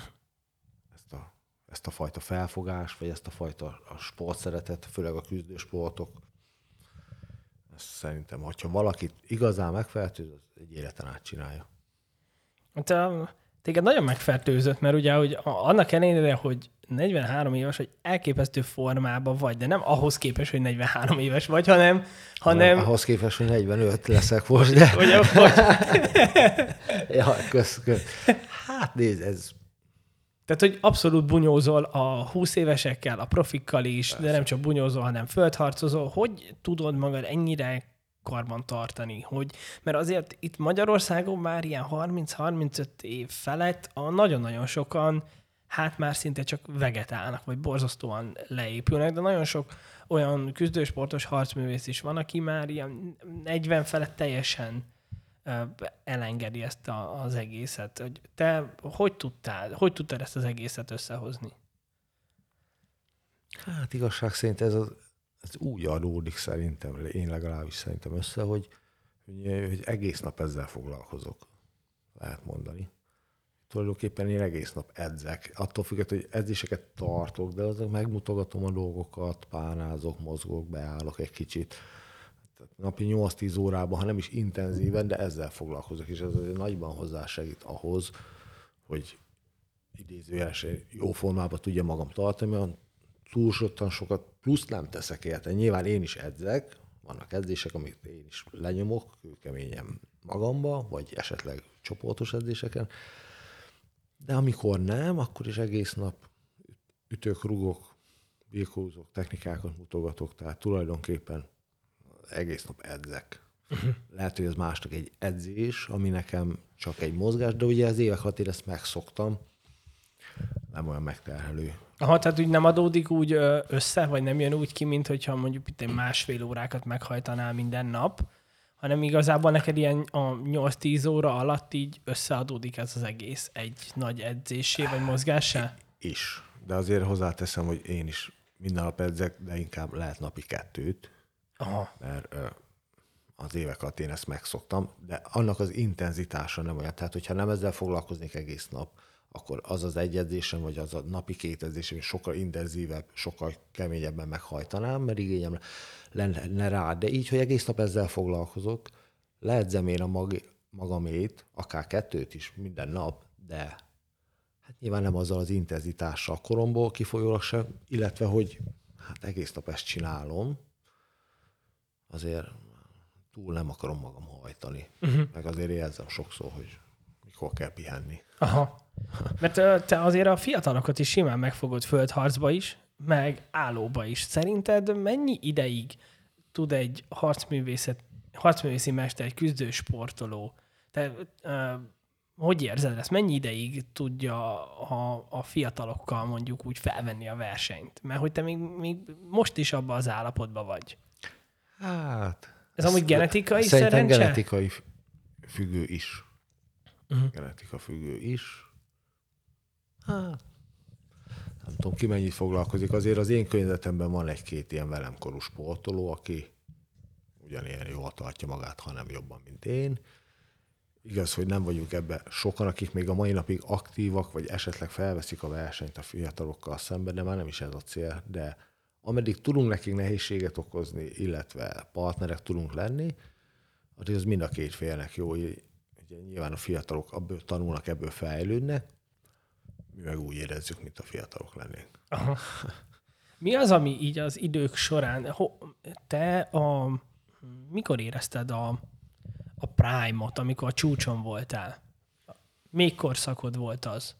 Ezt a, ezt a fajta felfogás, vagy ezt a fajta a sportszeretet, főleg a küzdősportok. Ezt szerintem, hogyha valakit igazán megfertőz, az egy életen át csinálja. Hát a, téged nagyon megfertőzött, mert ugye hogy annak ellenére, hogy negyvenhárom éves, hogy elképesztő formában vagy, de nem ahhoz képest, hogy negyvenhárom éves vagy, hanem... hanem... Ahhoz képest, hogy negyvenöt leszek most, de... Hogy, hogy... ja, kösz, kösz. Hát nézd, ez... Tehát, hogy abszolút bunyózol a húsz évesekkel, a profikkal is, Persze. de nem csak bunyózol, hanem földharcozol. Hogy tudod magad ennyire karban tartani? Hogy, mert azért itt Magyarországon már ilyen harminc-harmincöt év felett a nagyon-nagyon sokan hát már szinte csak vegetálnak, vagy borzasztóan leépülnek, de nagyon sok olyan küzdősportos harcművész is van, aki már ilyen negyven felett teljesen elengedi ezt a, az egészet. Te hogy tudtál, hogy tudtad ezt az egészet összehozni? Hát igazság szerint ez, az, ez úgy adódik szerintem, én legalábbis szerintem össze, hogy, hogy, hogy egész nap ezzel foglalkozok, lehet mondani. Tulajdonképpen én egész nap edzek. Attól függetlenül, hogy edzéseket tartok, de azok megmutogatom a dolgokat, pánázok, mozgok, beállok egy kicsit. Tehát napi nyolc-tíz órában, ha nem is intenzíven, de ezzel foglalkozok, és ez azért nagyban hozzásegít ahhoz, hogy idézőjelesen jó formában tudja magam tartani, mert túlsottan sokat plusz nem teszek érte. Nyilván én is edzek, vannak edzések, amit én is lenyomok kőkeményen magamba, vagy esetleg csoportos edzéseken, de amikor nem, akkor is egész nap ütök, rugok, birkózok, technikákat mutogatok, tehát tulajdonképpen egész nap edzek. Uh-huh. Lehet, hogy ez másnak egy edzés, ami nekem csak egy mozgás, de ugye az évek alatt én ezt megszoktam, nem olyan megterhelő. Aha, tehát úgy nem adódik úgy össze, vagy nem jön úgy ki, mint hogyha mondjuk itt egy másfél órákat meghajtanál minden nap, hanem igazából neked ilyen a nyolc-tíz óra alatt így összeadódik ez az egész egy nagy edzésé, vagy mozgássá? Is. De azért hozzáteszem, hogy én is minden nap edzek, de inkább lehet napi kettőt. Aha. Mert az évek alatt én ezt megszoktam, de annak az intenzitása nem olyan. Tehát, hogyha nem ezzel foglalkoznék egész nap, akkor az az egy edzésem, vagy az a napi két edzésem sokkal intenzívebb, sokkal keményebben meghajtanám, mert igényem lenne rá. De így, hogy egész nap ezzel foglalkozok, leedzem én a mag- magamét, akár kettőt is minden nap, de hát nyilván nem azzal az intenzitással koromból kifolyólag sem, illetve, hogy hát egész nap ezt csinálom, azért túl nem akarom magam hajtani. Uh-huh. Meg azért érzem sokszor, hogy mikor kell pihenni. Aha. Mert te azért a fiatalokat is simán megfogod földharcba is, meg állóba is. Szerinted mennyi ideig tud egy harcművészet, harcművészi mester, egy küzdősportoló, te uh, hogy érzed ezt? Mennyi ideig tudja a, a fiatalokkal mondjuk úgy felvenni a versenyt? Mert hogy te még, még most is abban az állapotban vagy. Hát... Ez amúgy genetikai szerintem szerencse? genetikai függő is. Uh-huh. Genetika függő is. Hát, nem tudom, ki mennyit foglalkozik. Azért az én környezetemben van egy-két ilyen velemkorú sportoló, aki ugyanilyen jól tartja magát, hanem jobban, mint én. Igaz, hogy nem vagyunk ebben sokan, akik még a mai napig aktívak, vagy esetleg felveszik a versenyt a fiatalokkal szemben, de már nem is ez a cél. De ameddig tudunk nekik nehézséget okozni, illetve partnerek tudunk lenni, az mind a két félnek jó. Ugye nyilván a fiatalok abból tanulnak, ebből fejlődnek, mi meg úgy érezzük, mint a fiatalok lennénk. Aha. Mi az, ami így az idők során, te a, mikor érezted a, a prime-ot, amikor a csúcson voltál? Még korszakod volt az?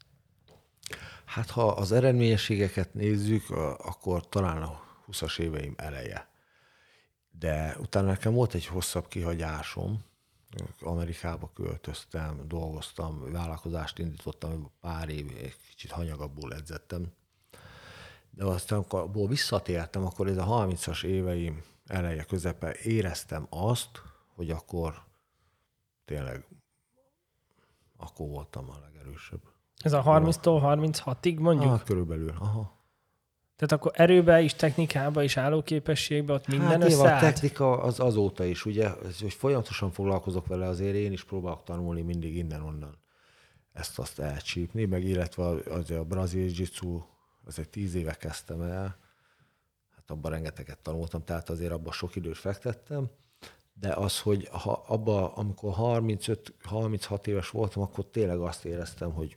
Hát ha az eredményességeket nézzük, akkor talán a huszas éveim eleje. De utána nekem volt egy hosszabb kihagyásom. Amerikába költöztem, dolgoztam, vállalkozást indítottam, pár év, egy kicsit hanyagabbul edzettem. De aztán, amikor abból visszatértem, akkor ez a harmincas éveim eleje, közepe éreztem azt, hogy akkor tényleg akkor voltam a legerősebb. Ez a harminctól harminchatig mondjuk? Ah, körülbelül, aha. Tehát akkor erőbe is, technikába is, állóképességbe, ott minden hát összeállt? A technika az azóta is, ugye, hogy folyamatosan foglalkozok vele, azért én is próbálok tanulni mindig innen-onnan ezt-azt elcsípni, meg illetve az a brazil jiu-jitsu, az egy tíz éve kezdtem el, hát abban rengeteget tanultam, tehát azért abban sok időt fektettem, de az, hogy ha abban, amikor harmincöt harminchat éves voltam, akkor tényleg azt éreztem, hogy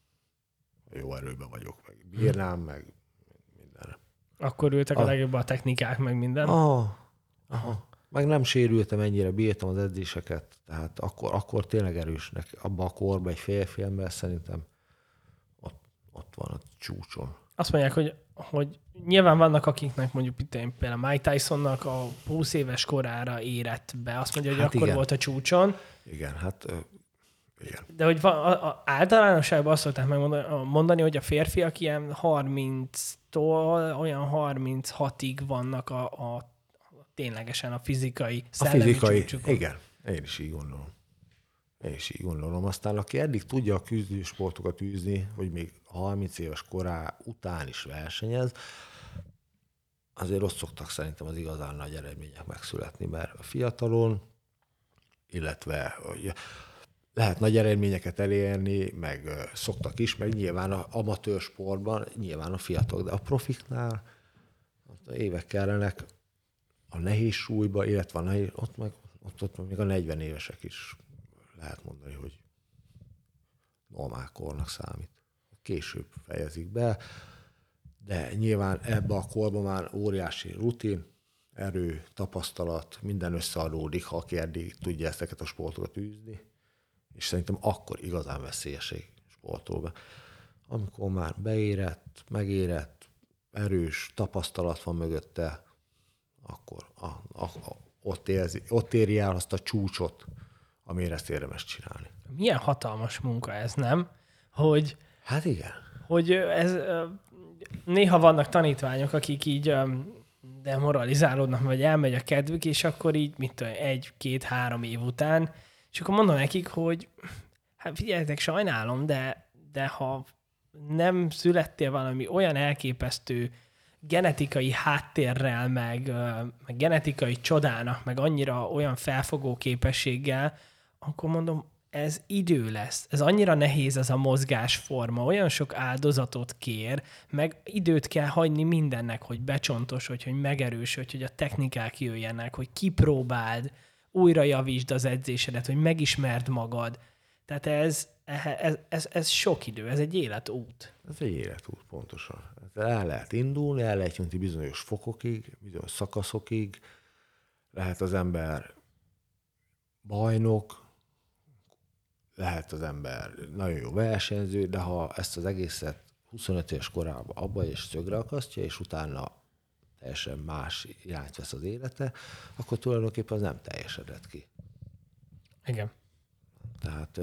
jó erőben vagyok, meg bírnám, meg mindenre. Akkor ültek a, a legjobb a technikák, meg minden? Aha, aha. Meg nem sérültem ennyire, bírtam az edzéseket, tehát akkor, akkor tényleg erősnek. Abban a korban egy férfi ember szerintem ott, ott van a csúcson. Azt mondják, hogy, hogy nyilván vannak, akiknek mondjuk például Mike Tysonnak a húsz éves korára érett be. Azt mondja, hogy hát akkor igen. volt a csúcson. Igen, hát igen. De hogy va, a, a, általánosságban azt szokták megmondani, mondani, hogy a férfiak ilyen harminctól olyan harminchatig vannak a, a ténylegesen a fizikai, a szellemi fizikai, csúcsukon. igen, én is így gondolom. Én is így gondolom. Aztán aki eddig tudja a küzdősportokat űzni, hogy még harminc éves korá után is versenyez, azért ott szoktak szerintem az igazán nagy eredmények megszületni, mert a fiatalon, illetve lehet nagy eredményeket elérni, meg szoktak is, meg nyilván az amatőr sportban, nyilván a fiatalok, de a profiknál évek kellenek a nehéz súlyba, illetve a nehéz, ott, meg, ott, ott még a negyven évesek is lehet mondani, hogy normálkornak számít. Később fejezik be, de nyilván ebbe a korban már óriási rutin, erő, tapasztalat, minden összeadódik, ha aki eddig tudja ezeket a sportokat űzni, és szerintem akkor igazán veszélyeség sportol be. Amikor már beérett, megérett, erős tapasztalat van mögötte, akkor a, a, a, ott, érzi, ott éri el azt a csúcsot, amire ezt érdemes csinálni. Milyen hatalmas munka ez, nem? Hogy, hát igen. Hogy ez, néha vannak tanítványok, akik így demoralizálódnak, vagy elmegy a kedvük, és akkor így, mit tudom, egy, két, három év után, és akkor mondom nekik, hogy hát figyeljetek, sajnálom, de, de ha nem születtél valami olyan elképesztő genetikai háttérrel, meg, meg genetikai csodának, meg annyira olyan felfogó képességgel, akkor mondom, ez idő lesz. Ez annyira nehéz ez a mozgásforma, olyan sok áldozatot kér, meg időt kell hagyni mindennek, hogy becsontosodj, hogy megerősödj, hogy a technikák jöjjenek, hogy kipróbáld, újra javítsd az edzésedet, hogy megismerd magad. Tehát ez, ez, ez, ez sok idő, ez egy életút. Ez egy életút, pontosan. El lehet indulni, el lehet jutni bizonyos fokokig, bizonyos szakaszokig, lehet az ember bajnok, lehet az ember nagyon jó versenyző, de ha ezt az egészet huszonöt éves korában abba és szögre akasztja, és utána teljesen más irányt vesz az élete, akkor tulajdonképpen az nem teljesedett ki. Igen. Tehát...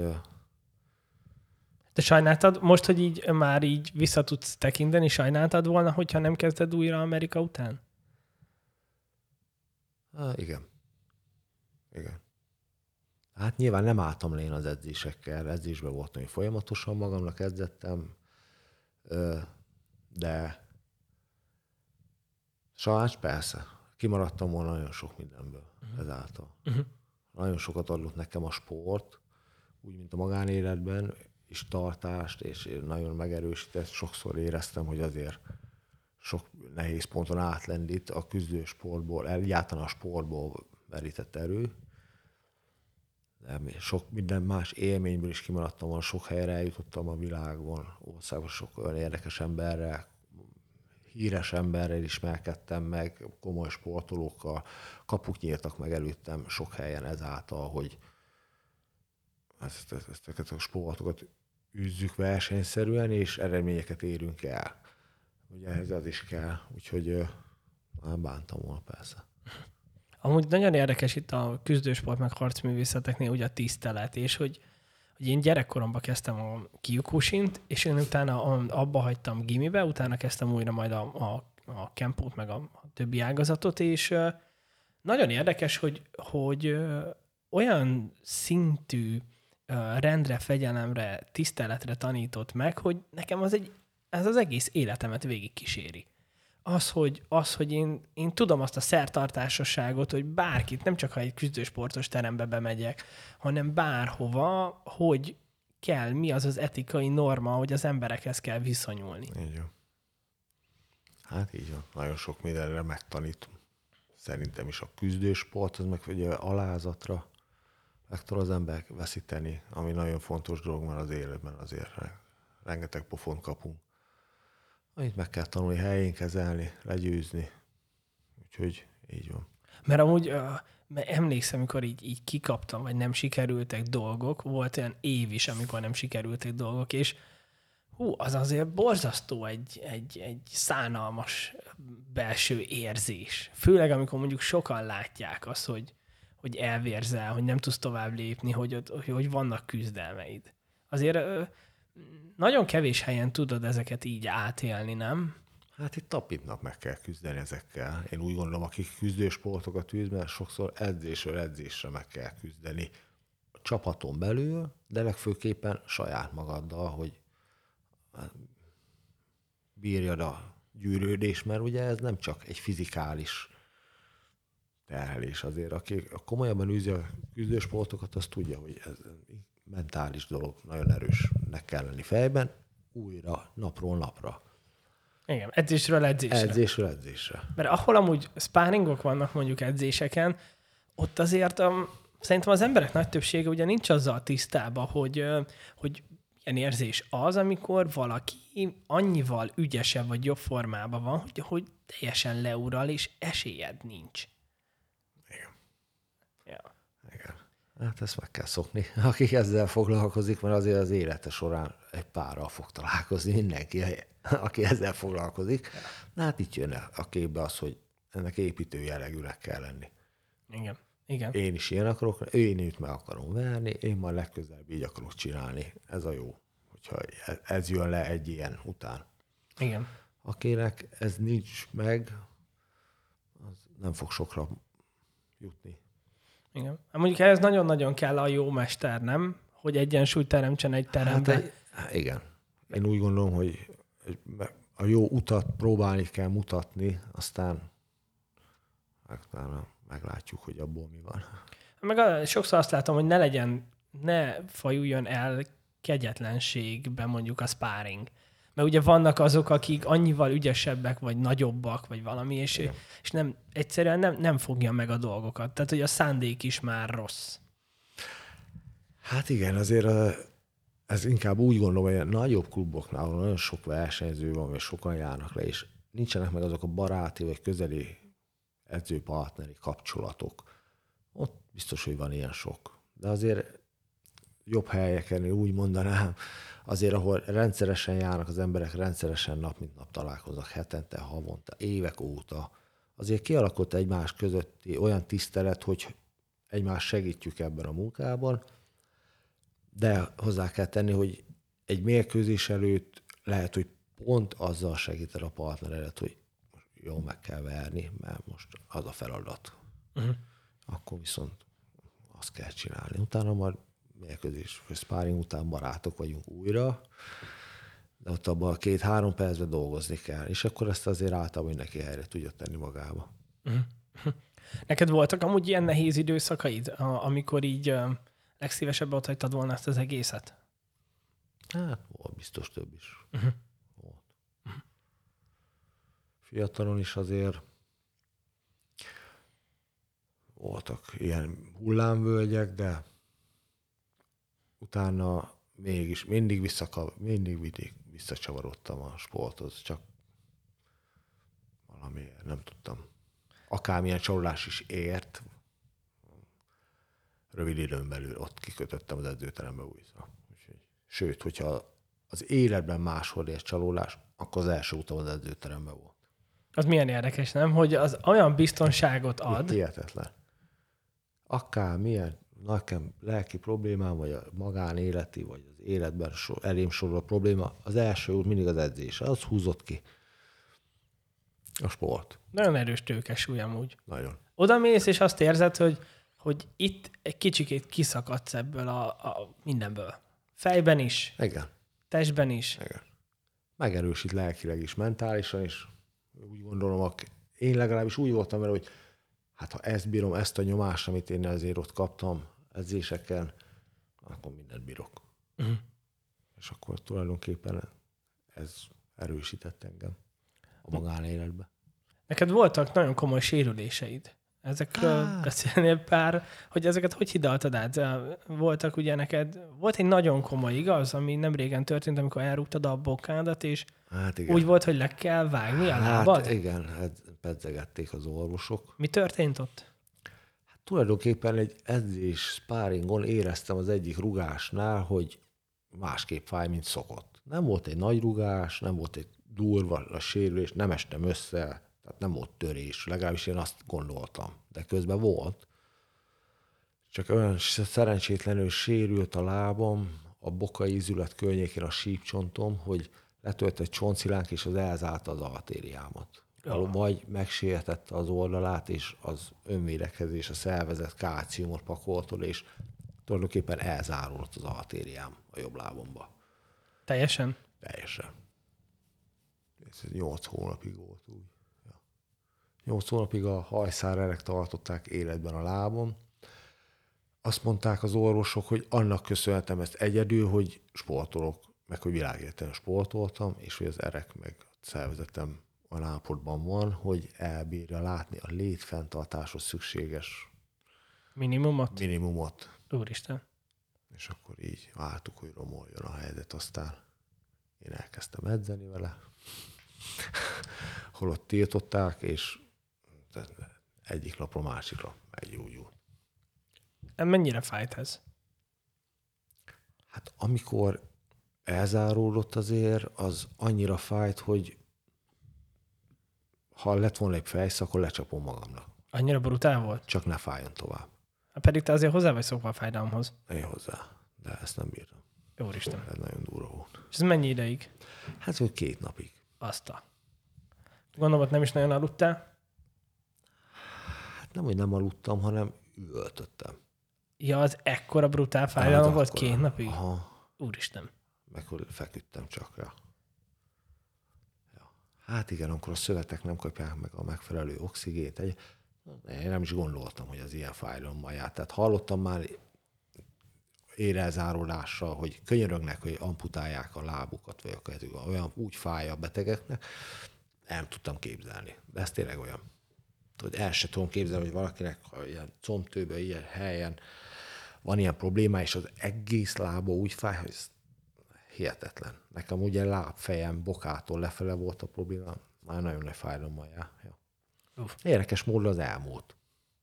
Te sajnáltad, most, hogy így már így vissza tudsz tekinteni, sajnáltad volna, hogyha nem kezded újra Amerika után? Há, igen. Igen. Hát nyilván nem álltam le én az edzésekkel, edzésben voltam, hogy folyamatosan magamnak edzettem, de sajnos persze, kimaradtam volna nagyon sok mindenből uh-huh. ezáltal. Uh-huh. Nagyon sokat adott nekem a sport, úgy, mint a magánéletben, és tartást, és nagyon megerősített. Sokszor éreztem, hogy azért sok nehéz ponton átlendít a küzdősportból, egyáltalán a sportból merített erő. nem, sok minden más élményből is kimaradtam volna, sok helyre eljutottam a világon, országban sok olyan érdekes emberrel, híres emberrel ismerkedtem meg, komoly sportolókkal, kapuk nyíltak meg előttem sok helyen ezáltal, hogy ezt, ezt, ezeket a sportokat űzzük versenyszerűen, és eredményeket érünk el. Ugye ehhez az is kell, úgyhogy nem bántam volna persze. Amúgy nagyon érdekes itt a küzdősport meg harcművészeteknél ugye a tisztelet, és hogy, hogy én gyerekkoromban kezdtem a Kyokusint, és én utána abba hagytam gimibe, utána kezdtem újra majd a, a, a kempót meg a, a többi ágazatot, és nagyon érdekes, hogy, hogy olyan szintű rendre, fegyelemre, tiszteletre tanított meg, hogy nekem az egy, ez az egész életemet végig kíséri. Az, hogy, az, hogy én, én tudom azt a szertartásosságot, hogy bárkit, nem csak ha egy küzdősportos terembe bemegyek, hanem bárhova, hogy kell, mi az az etikai norma, hogy az emberekhez kell viszonyulni. Így van. Hát így van. Nagyon sok mindenre megtanít. Szerintem is a küzdősport, az meg ugye alázatra meg tud az ember veszíteni, ami nagyon fontos dolog, mert az életben azért rengeteg pofont kapunk. Amit meg kell tanulni, helyén kezelni, legyőzni. Úgyhogy így van. Mert amúgy uh, mert emlékszem, amikor így, így kikaptam, vagy nem sikerültek dolgok, volt olyan év is, amikor nem sikerültek dolgok, és hú, az azért borzasztó egy, egy, egy szánalmas belső érzés. Főleg, amikor mondjuk sokan látják azt, hogy, hogy elvérzel, hogy nem tudsz tovább lépni, hogy, hogy vannak küzdelmeid. Azért uh, nagyon kevés helyen tudod ezeket így átélni, nem? Hát itt nap mint nap meg kell küzdeni ezekkel. Én úgy gondolom, akik küzdősportokat űz, mert sokszor edzésről edzésre meg kell küzdeni. A csapaton belül, de legfőképpen saját magaddal, hogy bírjad a gyűrődés, mert ugye ez nem csak egy fizikális terhelés azért. Aki komolyabban űzi a küzdősportokat, az tudja, hogy ez mentális dolog, nagyon erősnek kell lenni fejben, újra, napról napra. Igen, edzésről edzésre. Edzésről edzésre. Mert ahol amúgy sparringok vannak mondjuk edzéseken, ott azért um, szerintem az emberek nagy többsége ugye nincs azzal tisztában, hogy, uh, hogy ilyen érzés az, amikor valaki annyival ügyesebb vagy jobb formában van, hogy, hogy teljesen leural, és esélyed nincs. Igen. Ja. Igen. Hát ezt meg kell szokni, akik ezzel foglalkozik, mert azért az élete során egy párral fog találkozni mindenki, aki ezzel foglalkozik. Na hát itt jön a képbe az, hogy ennek építő jellegűnek kell lenni. Igen. Igen. Én is ilyen akarok, én őt meg akarom verni, én majd legközelebb így akarok csinálni. Ez a jó, hogyha ez jön le egy ilyen után. Igen. Akinek ez nincs meg, az nem fog sokra jutni. Igen. Hát mondjuk ehhez nagyon-nagyon kell a jó mester, nem? Hogy egyensúlyt teremtsen egy teremben. Hát, igen. Én úgy gondolom, hogy a jó utat próbálni kell mutatni, aztán meglátjuk, hogy abból mi van. Meg a, sokszor azt látom, hogy ne legyen, ne fajuljon el kegyetlenségbe mondjuk a sparring. Mert ugye vannak azok, akik annyival ügyesebbek, vagy nagyobbak, vagy valami, és, és nem, egyszerűen nem, nem fogja meg a dolgokat. Tehát, hogy a szándék is már rossz. Hát igen, azért ez inkább úgy gondolom, hogy a nagyobb kluboknál, ahol nagyon sok versenyző van, és sokan járnak le, és nincsenek meg azok a baráti, vagy közeli edzőpartneri kapcsolatok. Ott biztos, hogy van ilyen sok. De azért jobb helyeken, úgy mondanám, azért, ahol rendszeresen járnak az emberek, rendszeresen nap mint nap találkoznak, hetente, havonta, évek óta, azért kialakult egymás közötti olyan tisztelet, hogy egymást segítjük ebben a munkában, de hozzá kell tenni, hogy egy mérkőzés előtt lehet, hogy pont azzal segíted a partneredet, hogy jól meg kell verni, mert most az a feladat. Uh-huh. Akkor viszont azt kell csinálni. Utána majd mérkőzés, vagy sparring után barátok vagyunk újra, de ott abban a két-három percben dolgozni kell, és akkor ezt azért általában mindenki helyre tudja tenni magába. Uh-huh. Neked voltak amúgy ilyen nehéz időszakaid, amikor így uh, legszívesebben ott hagytad volna ezt az egészet? Hát volt biztos több is. Uh-huh. Volt. Uh-huh. Fiatalon is azért voltak ilyen hullámvölgyek, de utána mégis mindig, visszaka, mindig, mindig visszacsavarodtam a sporthoz, csak valamiért nem tudtam. Akármilyen csalódás is ért, rövid időn belül ott kikötöttem az edzőterembe újra. Sőt, hogyha az életben máshol ért csalódás, akkor az első utam az edzőterembe volt. Az milyen érdekes, nem? Hogy az olyan biztonságot ad. Hihetetlen. Akármilyen nekem lelki problémám, vagy a magánéleti, vagy az életben so, elém sorol a probléma, az első út mindig az edzés. Az húzott ki. A sport. Nagyon erős tőkesúly amúgy. Nagyon. Oda mész, és azt érzed, hogy, hogy itt egy kicsikét kiszakadsz ebből a, a mindenből. Fejben is. Igen. Testben is. Igen. Megerősít lelkileg is, mentálisan is. Úgy gondolom, én legalábbis úgy voltam vele, hogy hát ha ezt bírom, ezt a nyomást, amit én azért ott kaptam edzéseken, akkor mindent bírok. Uh-huh. És akkor tulajdonképpen ez erősített engem a magánéletbe. Neked voltak nagyon komoly sérüléseid. Ezekről ah. beszélnél pár, hogy ezeket hogy hidaltad át? Voltak ugye neked, volt egy nagyon komoly, igaz, ami nem régen történt, amikor elrúgtad a bokádat, és hát úgy volt, hogy le kell vágni a lábad? Hát igen, hát pedzegették az orvosok. Mi történt ott? Hát tulajdonképpen egy edzés sparringon éreztem az egyik rugásnál, hogy másképp fáj, mint szokott. Nem volt egy nagy rugás, nem volt egy durva a sérülés, nem estem össze, tehát nem volt törés, legalábbis én azt gondoltam, de közben volt. Csak olyan szerencsétlenül sérült a lábam, a bokai ízület környékén a sípcsontom, hogy letölt egy csontszilánk, és az elzárta az artériámat. Ja. Vagy megsértette az oldalát, és az önvédekezés, a szervezet kálciumot pakoltól, és tulajdonképpen elzárulott az artériám a jobb lábomba. Teljesen? Teljesen. Ez nyolc hónapig volt úgy. Ja. Nyolc hónapig a hajszárerek tartották életben a lábom. Azt mondták az orvosok, hogy annak köszönhetem ezt egyedül, hogy sportolok, meg hogy világértelműen sportoltam, és hogy az erek meg a szervezetem olyan állapotban van, hogy elbírja látni a létfenntartáshoz szükséges minimumot. minimumot. Úristen. És akkor így vártuk, hogy romoljon a helyzet, aztán én elkezdtem edzeni vele, holott tiltották, és egyik napra másikra meggyógyult. Mennyire fájt ez? Hát amikor elzáródott azért, az annyira fájt, hogy ha lett volna egy fejsz, akkor lecsapom magamnak. Annyira brutál volt? Csak ne fájjon tovább. Hát pedig te azért hozzá vagy szokva a fájdalomhoz. Én hozzá, de ezt nem bírtam. Úristen. Ez nagyon durva volt. És ez mennyi ideig? Hát, hogy két napig. Azt a. Gondolom, hogy nem is nagyon aludtál? Hát nem, hogy nem aludtam, hanem üvöltöttem. Ja, az ekkora brutál fájdalom hát volt akkora. Két napig? Aha. Úristen. Meg hogy feküdtem csak, ja. ja. Hát igen, akkor a szövetek nem kapják meg a megfelelő oxigént. Egy... Én nem is gondoltam, hogy az ilyen fájdalommal jár. Tehát hallottam már érelzárulással, hogy könyörögnek, hogy amputálják a lábukat, vagy a kezüket. Olyan úgy fáj a betegeknek, nem tudtam képzelni. De ez tényleg olyan. Hogy el sem tudom képzelni, hogy valakinek ilyen combtőben, ilyen helyen van ilyen probléma, és az egész lába úgy fáj, hogy ez hihetetlen. Nekem ugye lábfejem, bokától lefele volt a probléma, már nagyon nagy fájdalommal jár. Ja. Érdekes módon az elmúlt.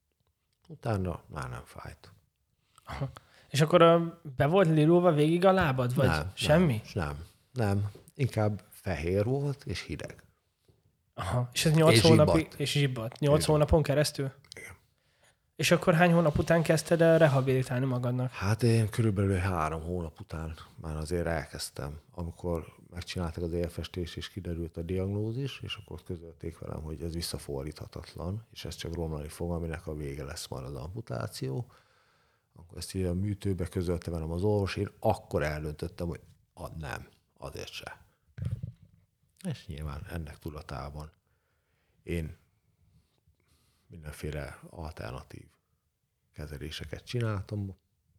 Utána már nem fájt. Aha. És akkor be volt lilulva végig a lábad, vagy nem, semmi? Nem, nem, nem. Inkább fehér volt, és hideg. Aha. És ez nyolc hónapig, és zsibbat. Nyolc hónapon keresztül? Igen. És akkor hány hónap után kezdted el rehabilitálni magadnak? Hát én körülbelül három hónap után már azért elkezdtem, amikor megcsináltak az érfestést, és kiderült a diagnózis, és akkor közölték velem, hogy ez visszafordíthatatlan, és ez csak romlani fog, aminek a vége lesz már az amputáció. Akkor ezt így a műtőbe közölte velem az orvos, én akkor eldöntöttem, hogy ad, nem, azért se. És nyilván ennek tudatában én mindenféle alternatív kezeléseket csináltam.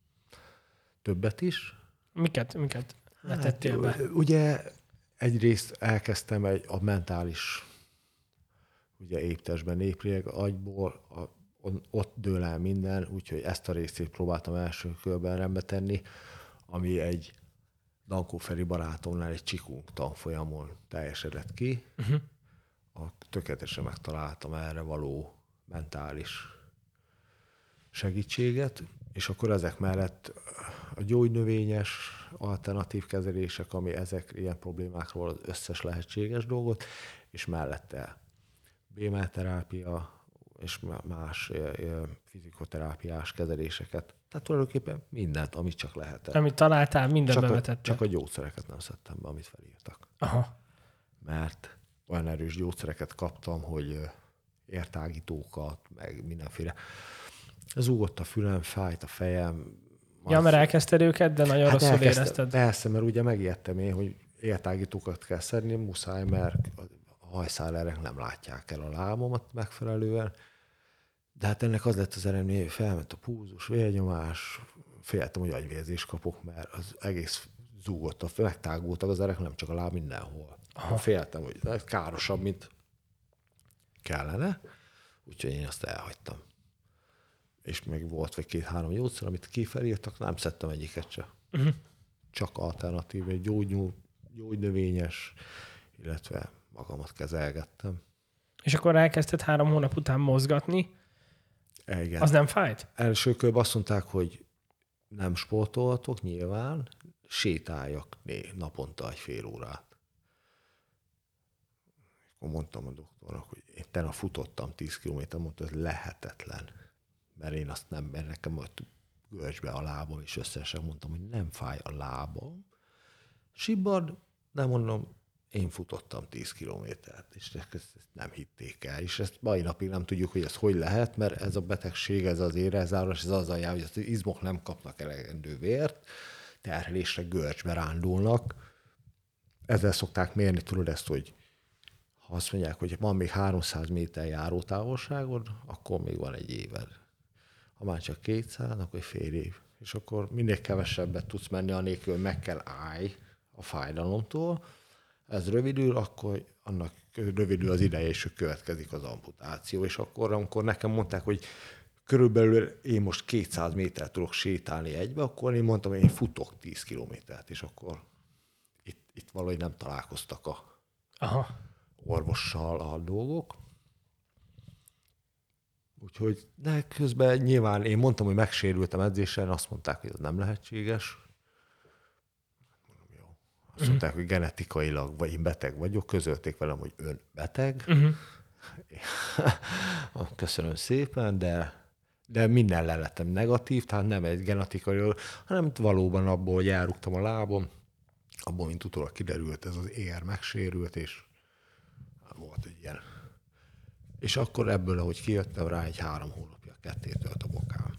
Többet is. Miket, miket letettél hát, be? Ugye egyrészt elkezdtem egy, a mentális ugye éptestben, néplileg agyból, a, ott dől el minden, úgyhogy ezt a részét próbáltam első körben rendbe tenni. ami egy Dankó Feri barátomnál egy csikunk tanfolyamon teljesedett ki. Uh-huh. A, tökéletesen megtaláltam erre való mentális segítséget, és akkor ezek mellett a gyógynövényes alternatív kezelések, ami ezek ilyen problémákról az összes lehetséges dolgot, és mellette bémelterápia és más fizikoterápiás kezeléseket. Tehát tulajdonképpen mindent, amit csak lehetett. Amit találtál, mindent bevetettél. Csak a gyógyszereket nem szedtem be, amit felírtak. Aha. Mert olyan erős gyógyszereket kaptam, hogy értágítókat, meg mindenféle. Zúgott a fülem, fájt a fejem. Az... Ja, mert elkezdted őket, de nagyon hát rosszul érezted. Persze, mert ugye megijedtem én, hogy értágítókat kell szedni, muszáj, mert a hajszálerek nem látják el a lábomat megfelelően. De hát ennek az lett az eredmény, hogy felment a pulzus, vérnyomás, féltem, hogy agyvérzést kapok, mert az egész zúgott, megtágultak az erek, nem csak a láb, mindenhol. Aha. Féltem, hogy ez károsabb, mint kellene, úgyhogy én azt elhagytam. És még volt vagy két-három gyógyszer, amit kifelírtak, nem szedtem egyiket se. Uh-huh. Csak alternatív, egy gyógynyú, gyógynövényes, illetve magamat kezelgettem. És akkor elkezdted három hónap után mozgatni. Igen. Az nem fájt? Első körben azt mondták, hogy nem sportolhatok, nyilván, sétáljak né, naponta egy fél órát. Akkor mondtam a doktornak, hogy én tegnap futottam tíz kilométert, mondta, ez lehetetlen. Mert én azt nem, mert nekem volt görcsbe a lábam, és összesen mondtam, hogy nem fáj a lábam. Sibbad, de mondom, én futottam tíz kilométert, és ezt nem hitték el. És ezt mai napig nem tudjuk, hogy ez hogy lehet, mert ez a betegség, ez az érezárás, ez azzal jár, hogy az izmok nem kapnak elegendő vért, terhelésre görcsbe rándulnak. Ezzel szokták mérni, tudod ezt, hogy ha azt mondják, hogy van még háromszáz méter járótávolságod, akkor még van egy éved. Ha már csak kétszáz, akkor egy fél év. És akkor minél kevesebbet tudsz menni, anélkül, hogy meg kell állj a fájdalomtól. Ez rövidül, akkor annak rövidül az ideje, és következik az amputáció. És akkor, amikor nekem mondták, hogy körülbelül én most kétszáz méter tudok sétálni egybe, akkor én mondtam, hogy én futok tíz kilométert, és akkor itt, itt valahogy nem találkoztak a Aha. orvossal a dolgok. Úgyhogy, de közben nyilván én mondtam, hogy megsérültem edzésen, azt mondták, hogy ez nem lehetséges. Jó. Azt mondták, uh-huh. hogy genetikailag vagy én beteg vagyok, közölték velem, hogy ön beteg. Uh-huh. Köszönöm szépen, de, de minden leletem negatív, tehát nem egy genetikailag, hanem valóban abból, hogy elrúgtam a lábom, abból, mint utólag kiderült, ez az ér megsérült, és volt egy ilyen. És akkor ebből, ahogy kijöttem rá, egy három hónapja ketté tölt a bokám.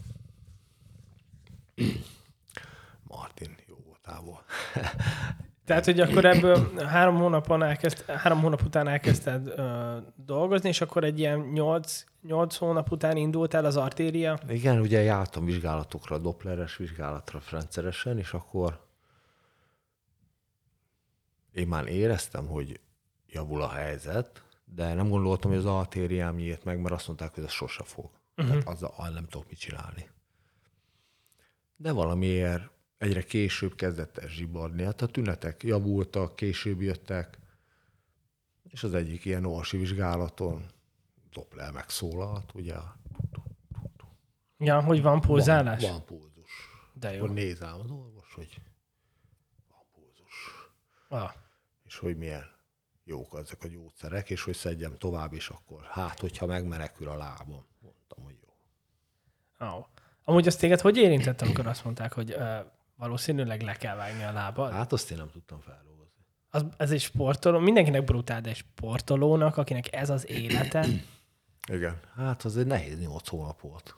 Martin, jó voltából. Tehát, hogy akkor ebből három, hónapon elkezd, három hónap után elkezdted ö, dolgozni, és akkor egy ilyen nyolc, nyolc hónap után indult el az artéria? Igen, ugye jártam vizsgálatokra, doppleres vizsgálatra rendszeresen, és akkor én már éreztem, hogy javul a helyzet, de nem gondoltam, hogy az artériám nyílt meg, mert azt mondták, hogy ez sose fog. Uh-huh. Tehát azzal nem tudok mit csinálni. De valamiért egyre később kezdett el zsibadni. Hát a tünetek javultak, később jöttek, és az egyik ilyen orvosi vizsgálaton Doppler megszólalt, ugye. Ja, hogy van pulzálás? Van, van pulzus. De jó. Akkor nézám az orvos, hogy van pulzus. Ah. És hogy milyen jók ezek a gyógyszerek, és hogy szedjem tovább, és akkor hát, hogyha megmenekül a lábam. Mondtam, hogy jó. Oh. Amúgy azt téged hogy érintett, amikor azt mondták, hogy uh, valószínűleg le kell vágni a lábad? Hát azt én nem tudtam feldolgozni. Az, ez egy sportoló, mindenkinek brutál, de egy sportolónak, akinek ez az élete. Igen, hát az egy nehéz nyolc hónap volt.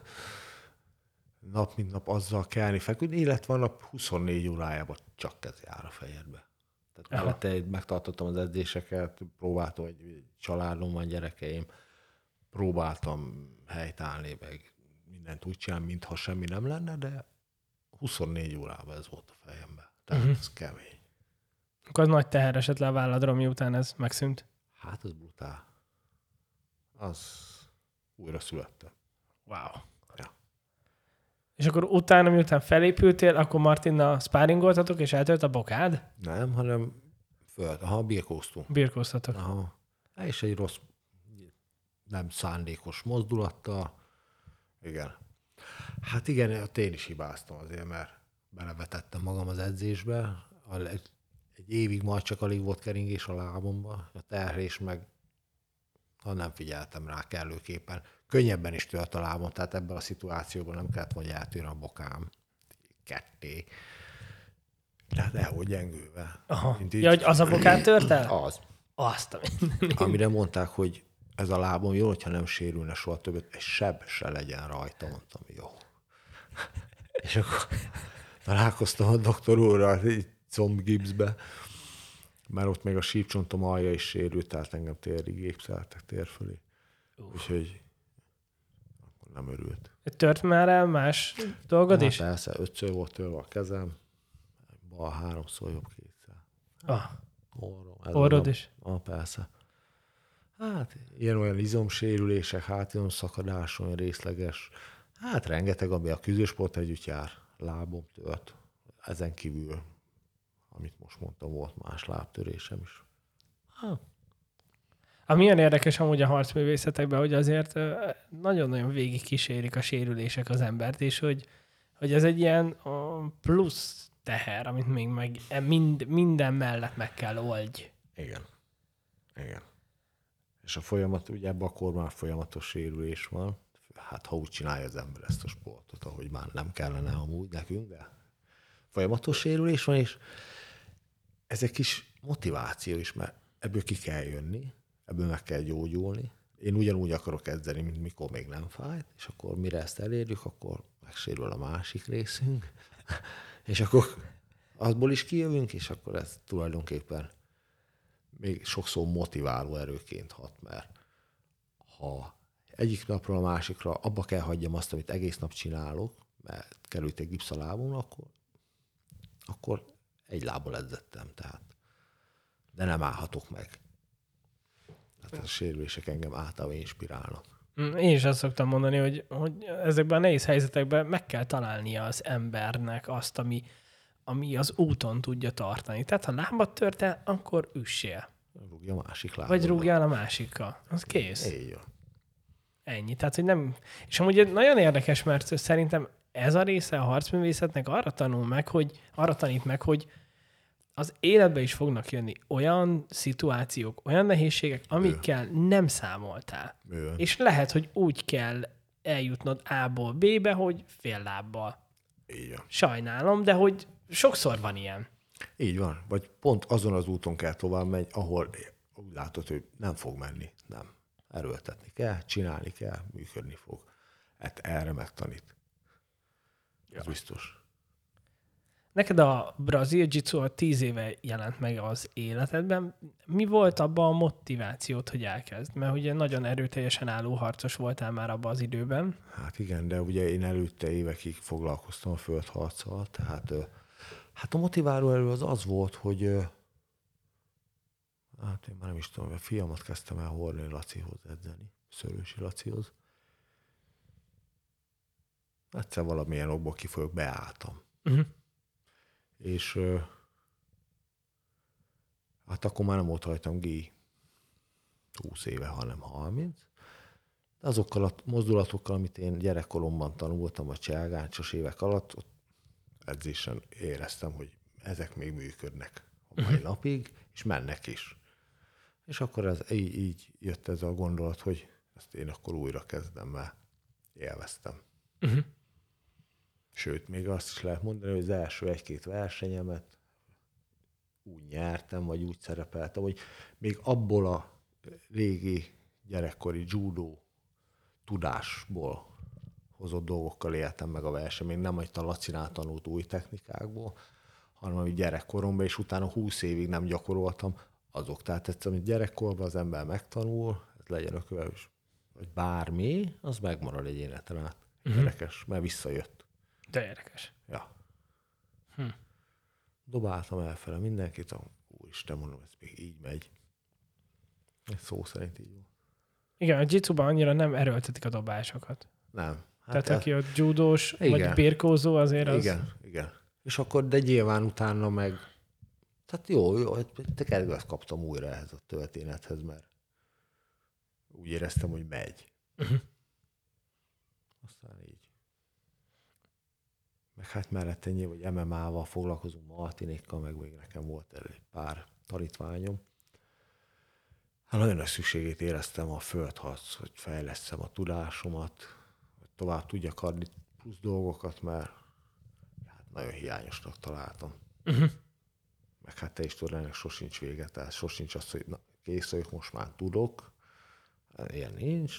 Nap mint nap azzal kelni, feküdni, illetve a nap huszonnégy órájában csak ez jár a fejedbe. Tehát mellette megtartottam az edzéseket, próbáltam, hogy családom van, gyerekeim, próbáltam helytállni, meg mindent úgy csinálni, mintha semmi nem lenne, de huszonnégy órában ez volt a fejemben. Tehát uh-huh. ez kemény. Akkor az nagy teher esett le a válladra, miután ez megszűnt? Hát ez brutál. Az újra születtem. Wow. Ja. És akkor utána, miután felépültél, akkor Martinnal sparringoltatok, és eltört a bokád? Nem, hanem föl, aha, birkóztunk. Birkóztatok. Aha. És egy rossz, nem szándékos mozdulattal. Igen. Hát igen, hát én is hibáztam azért, mert belevetettem magam az edzésbe. Egy, egy évig majd csak alig volt keringés a lábomba. A terhelés meg, ha nem figyeltem rá kellőképpen. Könnyebben is tört a lábam, tehát ebben a szituációban nem kellett, hogy eltűnne a bokám ketté. Tehát elhogy gyengülve. Aha. Ja, hogy az a bokád tört el? Az. Azt a Amire mondták, hogy ez a lábom jó, hogyha nem sérülne soha többet, egy seb se legyen rajta, mondtam, jó. És akkor találkoztam a doktor úrral egy combgipszbe, mert ott még a sípcsontom alja is sérült, tehát engem térig gépszeltek tér fölé. Úgyhogy akkor nem örült. Tört már el más dolgod hát is? Persze, ötször volt törve a kezem, bal háromszor jobb kétszer. Ah. Orrom, Orrod is? Ah, persze. Hát ilyen-olyan izomsérülések, hátizom szakadás, olyan részleges. Hát rengeteg, ami a küzdősport együtt jár. Lábom tört. Ezen kívül, amit most mondtam, volt más lábtörésem is. Ha. Ami milyen érdekes amúgy a harcművészetekben, hogy azért nagyon-nagyon végig kísérik a sérülések az embert, és hogy, hogy ez egy ilyen plusz teher, amit még meg mind, minden mellett meg kell oldj. Igen. Igen. És a folyamat, ugye ebben a korban folyamatos sérülés van. Hát ha úgy csinálja az ember ezt a sportot, ahogy már nem kellene amúgy nekünk, de folyamatos sérülés van, és ez egy kis motiváció is, mert ebből ki kell jönni, ebből meg kell gyógyulni. Én ugyanúgy akarok edzeni, mint mikor még nem fájt, és akkor mire ezt elérjük, akkor megsérül a másik részünk, és akkor azból is kijövünk, és akkor ez tulajdonképpen még sokszor motiváló erőként hat, mert ha egyik napról a másikra abba kell hagyjam azt, amit egész nap csinálok, mert került egy gipsz a lábomra, akkor, akkor egy lábbal edzettem, tehát. De nem állhatok meg. Tehát a sérülések engem általában inspirálnak. Én is azt szoktam mondani, hogy, hogy ezekben a nehéz helyzetekben meg kell találnia az embernek azt, ami, ami az úton tudja tartani. Tehát ha lábat tört el, akkor üssél. Rúgja a másik lábomra. Vagy rúgjál a másikkal. Az kész. Így van. Ennyi. Tehát, hogy nem... És amúgy nagyon érdekes, mert szerintem ez a része a harcművészetnek arra tanul meg, hogy arra tanít meg, hogy az életbe is fognak jönni olyan szituációk, olyan nehézségek, amikkel Ő. nem számoltál. Ő. És lehet, hogy úgy kell eljutnod A-ból B-be, hogy fél lábbal. Így van. Sajnálom, de hogy sokszor van ilyen. Így van. Vagy pont azon az úton kell tovább menni, ahol úgy látod, hogy nem fog menni. Nem. Erőltetni kell, csinálni kell, működni fog. Hát erre megtanít. Ez ja. biztos. Neked a brazil jiu-jitsu a tíz éve jelent meg az életedben. Mi volt abban a motivációt, hogy elkezd? Mert ugye nagyon erőteljesen álló harcos voltál már abban az időben. Hát igen, de ugye én előtte évekig foglalkoztam a földharccal, tehát hát a motiváló erő az az volt, hogy hát én már nem is tudom, a fiamat kezdtem el Horné Lacihoz edzeni, Szörősi Lacihoz. Egyszer valamilyen okból kifolyók beálltam. Uh-huh. És hát akkor már nem volt rajtam gi húsz éve, hanem harminc. De azokkal a mozdulatokkal, amit én gyerekkoromban tanultam a cselgáncsos évek alatt, ott edzésen éreztem, hogy ezek még működnek a mai napig, és mennek is. És akkor ez, így, így jött ez a gondolat, hogy ezt én akkor újra kezdem, mert élveztem. Uh-huh. Sőt, még azt is lehet mondani, hogy az első egy-két versenyemet úgy nyertem, vagy úgy szerepeltem, hogy még abból a régi gyerekkori judó tudásból hozott dolgokkal éltem meg a verseny. Még nem egy a Lacinál tanult új technikákból, hanem amit gyerekkoromban, és utána húsz évig nem gyakoroltam azok. Tehát ezt, amit gyerekkorban az ember megtanul, ez legyen ökölös, vagy bármi, az megmarad egy életen át. Uh-huh. Érdekes, mert visszajött. De érdekes. Ja. Hm. Dobáltam elfele mindenkit, úristen, mondom, ez még így megy. Ez szó szerint így van. Igen, a jitsuban annyira nem erőltetik a dobásokat. Nem. Hát tehát aki a judós, igen. vagy birkózó azért az... Igen, igen. És akkor, de nyilván utána meg... Tehát jó, jó, te kedvet kaptam újra ehhez a történethez, mert úgy éreztem, hogy megy. Uh-huh. Aztán így. Meg hát mellette nyilván, hogy em em á-val foglalkozunk, Martinékkal, meg még nekem volt egy pár tanítványom. Hát nagyon nagy szükségét éreztem a földharc, hogy fejlesztem a tudásomat, hogy tovább tudjak adni plusz dolgokat, mert hát nagyon hiányosnak találtam. Uh-huh. Meg hát te is tudod, ennek sosincs vége, tehát sosincs az, hogy na, kész vagyok, most már tudok. Ilyen nincs.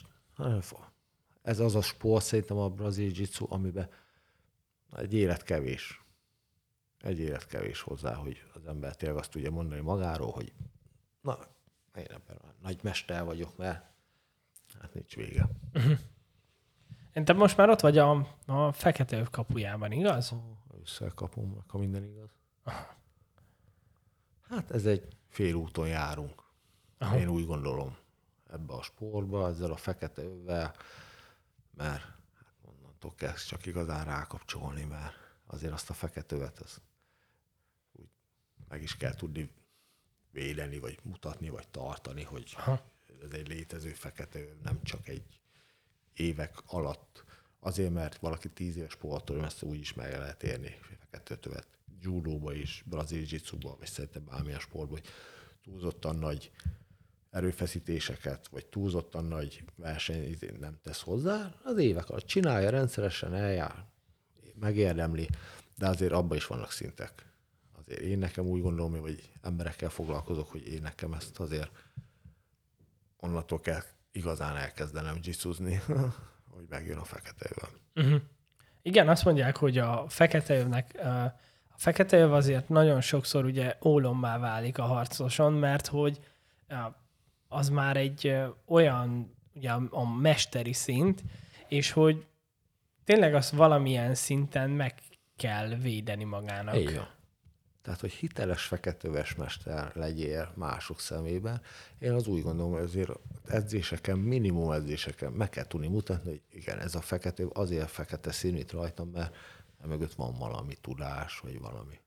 Ez az a sport szerintem a brazil jiu-jitsu, amiben egy élet kevés. Egy élet kevés hozzá, hogy az ember tényleg azt tudja mondani magáról, hogy na, én ebben a nagy mester vagyok, mert hát nincs vége. Uh-huh. Te most már ott vagy a, a fekete öv kapujában, igaz? Ősszel kapom meg, ha minden igaz. Aha. Hát ez egy fél úton járunk. Aha. Én úgy gondolom ebbe a sportba, ezzel a fekete övvel, mert hát onnantól kezd csak igazán rákapcsolni, mert azért azt a fekete övet az úgy meg is kell tudni védeni, vagy mutatni, vagy tartani, hogy aha. ez egy létező fekete öv, nem csak egy évek alatt. Azért, mert valaki tíz éves sportoló, ezt úgy is meg lehet érni, fekete övet. Judóba is, brazil jiu-jitsuba, vagy szerintem bármilyen sportban, hogy túlzottan nagy erőfeszítéseket, vagy túlzottan nagy verseny nem tesz hozzá, az évek alatt csinálja, rendszeresen eljár, megérdemli, de azért abban is vannak szintek. Azért én nekem úgy gondolom, hogy emberekkel foglalkozok, hogy én nekem ezt azért onnantól kell igazán elkezdenem jiu-jitsuzni, hogy megjön a fekete öv. Uh-huh. Igen, azt mondják, hogy a fekete övnek a fekete öv azért nagyon sokszor ugye ólommá válik a harcoson, mert hogy az már egy olyan ugye a mesteri szint, és hogy tényleg azt valamilyen szinten meg kell védeni magának. Igen. Tehát, hogy hiteles feketeöves mester legyél mások szemében, én az úgy gondolom, hogy azért edzéseken, minimum edzéseken meg kell tudni mutatni, hogy igen, ez a fekete öv azért fekete színű itt rajtam, mert mögött van valami tudás, vagy valami.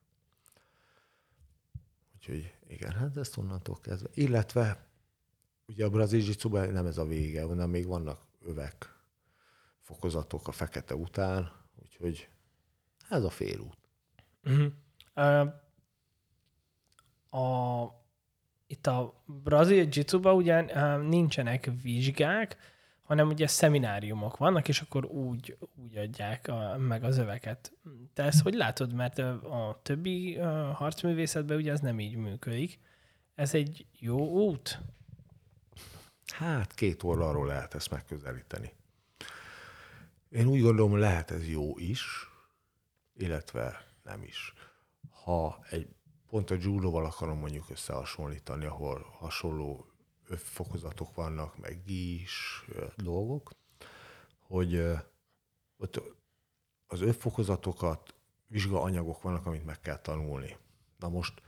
Úgyhogy igen, hát ezt onnantól kezdve. Illetve ugye a brazil jiu-jitsuban nem ez a vége, hanem még vannak övek, fokozatok a fekete után, úgyhogy ez a félút. Uh-huh. Uh, a, itt a brazil jiu-jitsuban ugye uh, nincsenek vizsgák, hanem ugye szemináriumok vannak, és akkor úgy, úgy adják a, meg az öveket. Te ezt hogy látod? Mert a többi a harcművészetben ugye ez nem így működik. Ez egy jó út? Hát két oldalról lehet ezt megközelíteni. Én úgy gondolom, lehet ez jó is, illetve nem is. Ha egy pont a judóval akarom mondjuk összehasonlítani, ahol hasonló fokozatok vannak, meg gis dolgok, hogy ott az övfokozatokat, vizsgaanyagok vannak, amit meg kell tanulni. Na most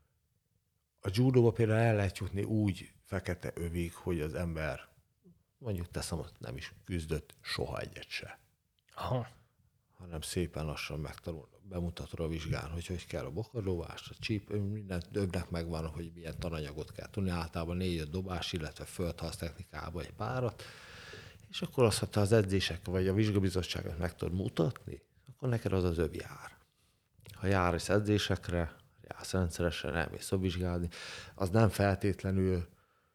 a judóba például el lehet jutni úgy fekete övig, hogy az ember mondjuk teszem, hogy nem is küzdött soha egyet se. Aha. Hanem szépen lassan megtanul, bemutatod a vizsgán, hogy hogy kell a bokardobást, a csíp, minden övnek megvan, hogy milyen tananyagot kell tudni, általában négy dobás, illetve földharc technikában egy párat, és akkor azt, ha te az edzések vagy a vizsgabizottságot meg tudod mutatni, akkor neked az az öv jár. Ha jársz edzésekre, jársz rendszeresen, elmész vizsgálni, az nem feltétlenül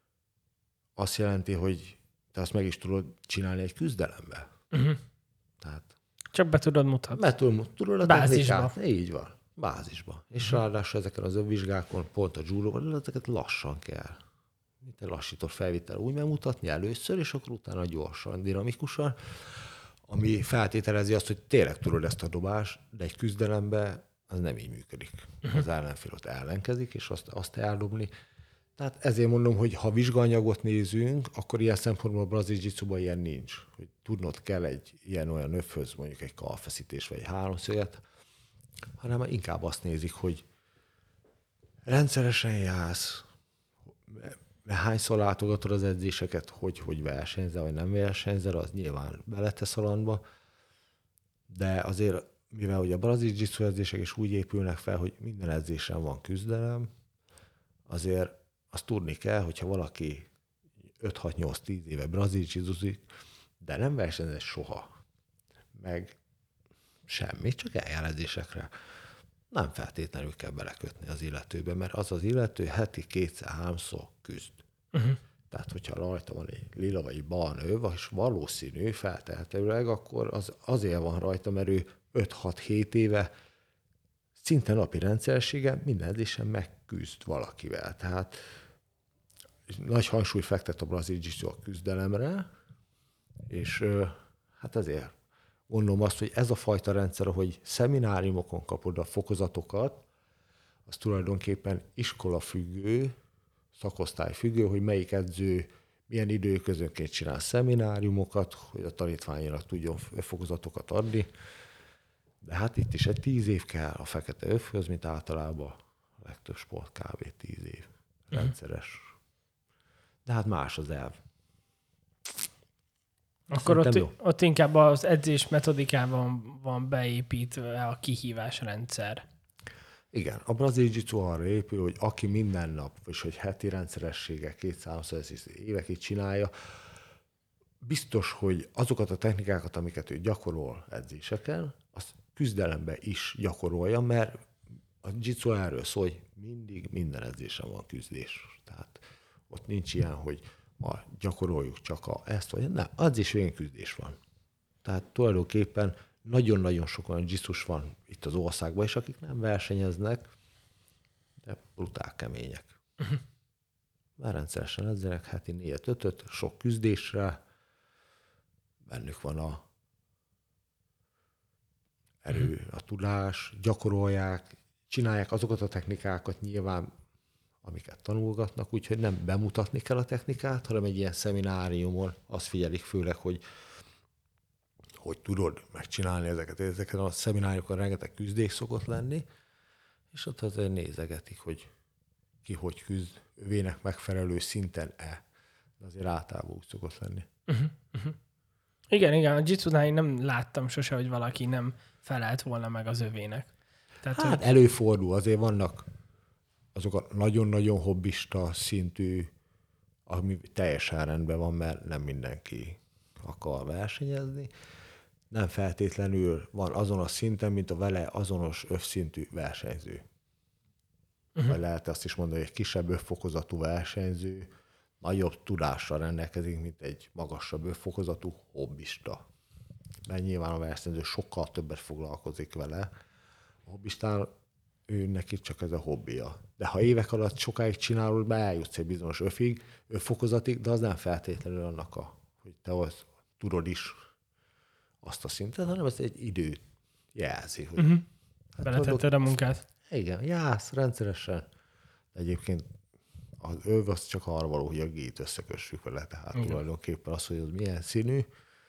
azt jelenti, hogy te azt meg is tudod csinálni egy küzdelembe. Uh-huh. Tehát csak be tudod mutatni. Be tudod, tudod a bázisba. Technikát. Így van, bázisba. És uh-huh. ráadásul ezeken az övvizsgákon, pont a judóban, ezeket lassan kell. Mint egy lassított felvétel úgy megmutatni először, és akkor utána gyorsan, dinamikusan, ami feltételezi azt, hogy tényleg tudod ezt a dobást, de egy küzdelemben az nem így működik. Uh-huh. Az ellenfél ott ellenkezik, és azt, azt eldobni. Tehát ezért mondom, hogy ha vizsgaanyagot nézünk, akkor ilyen szempontból a brazil jiu-jitsuban ilyen nincs. Hogy tudnod kell egy ilyen-olyan övhöz, mondjuk egy karfeszítés vagy egy háromszöget, hanem inkább azt nézik, hogy rendszeresen jársz, hányszor látogatod az edzéseket, hogy, hogy versenyzel, vagy nem versenyzel, az nyilván beletesz a landba, De azért, mivel hogy a brazil jiu-jitsu edzések is úgy épülnek fel, hogy minden edzésen van küzdelem, azért azt tudni kell, hogyha valaki öt hat nyolc tíz éve brazil jiu-jitsuzik, de nem versenyez soha, meg semmi, csak eljár edzésekre. Nem feltétlenül kell belekötni az illetőbe, mert az az illető heti kétszer-háromszor küzd. Uh-huh. Tehát, hogyha rajta van egy lila vagy barna öv, és valószínű feltehetőleg, akkor az azért van rajta, mert ő öt hat hét éve szinte napi rendszerességgel minden edzésen megküzd valakivel. Tehát nagy hangsúly fektet a brazil jiu-jitsu a küzdelemre, és hát azért gondolom azt, hogy ez a fajta rendszer, ahogy szemináriumokon kapod a fokozatokat, az tulajdonképpen iskola függő, szakosztály függő, hogy melyik edző milyen időközönként csinál szemináriumokat, hogy a tanítványainak tudjon fokozatokat adni. De hát itt is egy tíz év kell a fekete övhöz, mint általában a legtöbb sport kb. tíz év rendszeres. De hát más az elv. Akkor ott, ott inkább az edzés metodikában van beépítve a kihívásrendszer. Igen, a brazil jiu-jitsu arra épül, hogy aki minden nap, és hogy heti rendszerességgel két-háromszor évekig csinálja, biztos, hogy azokat a technikákat, amiket ő gyakorol edzéseken, azt küzdelemben is gyakorolja, mert a jiu-jitsu erről szól, hogy mindig minden edzésen van küzdés. Tehát ott nincs ilyen, hogy ma gyakoroljuk csak a ezt, vagy nem, az is végén küzdés van. Tehát tulajdonképpen nagyon-nagyon sok olyan jiu-jitsus van itt az országban, és akik nem versenyeznek, de brutál kemények. Uh-huh. Már rendszeresen edzenek heti négyet, ötöt, sok küzdésre, bennük van a erő, a tudás, gyakorolják, csinálják azokat a technikákat nyilván, amiket tanulgatnak, úgyhogy nem bemutatni kell a technikát, hanem egy ilyen szemináriumon azt figyelik főleg, hogy hogy tudod megcsinálni ezeket. Ezeken a szemináriumokon rengeteg küzdés szokott lenni, és ott azért nézegetik, hogy ki hogy küzd, övének megfelelő szinten-e. De azért általában úgy szokott lenni. Uh-huh, uh-huh. Igen, igen, a jiu-jitsudnál én nem láttam sose, hogy valaki nem felelt volna meg az övének. Tehát, hát hogy... előfordul, azért vannak azok a nagyon-nagyon hobbista szintű, ami teljesen rendben van, mert nem mindenki akar versenyezni. Nem feltétlenül van azon a szinten, mint a vele azonos övszintű versenyző. Uh-huh. Vagy lehet azt is mondani, hogy egy kisebb övfokozatú versenyző nagyobb tudással rendelkezik, mint egy magasabb övfokozatú hobbista. Mert nyilván a versenyző sokkal többet foglalkozik vele. A hobbistán ő neki csak ez a hobbija. De ha évek alatt sokáig csinálod, be eljutsz egy bizonyos övig, övfokozatig, de az nem feltétlenül annak, a, hogy te az, tudod is azt a szintet, hanem ez egy időt jelzi. Hogy uh-huh. hát beletetted a munkát. Igen, jársz rendszeresen. Egyébként az öv az csak arra való, hogy a gét összekössük vele. Tehát igen. Tulajdonképpen az, hogy az milyen színű,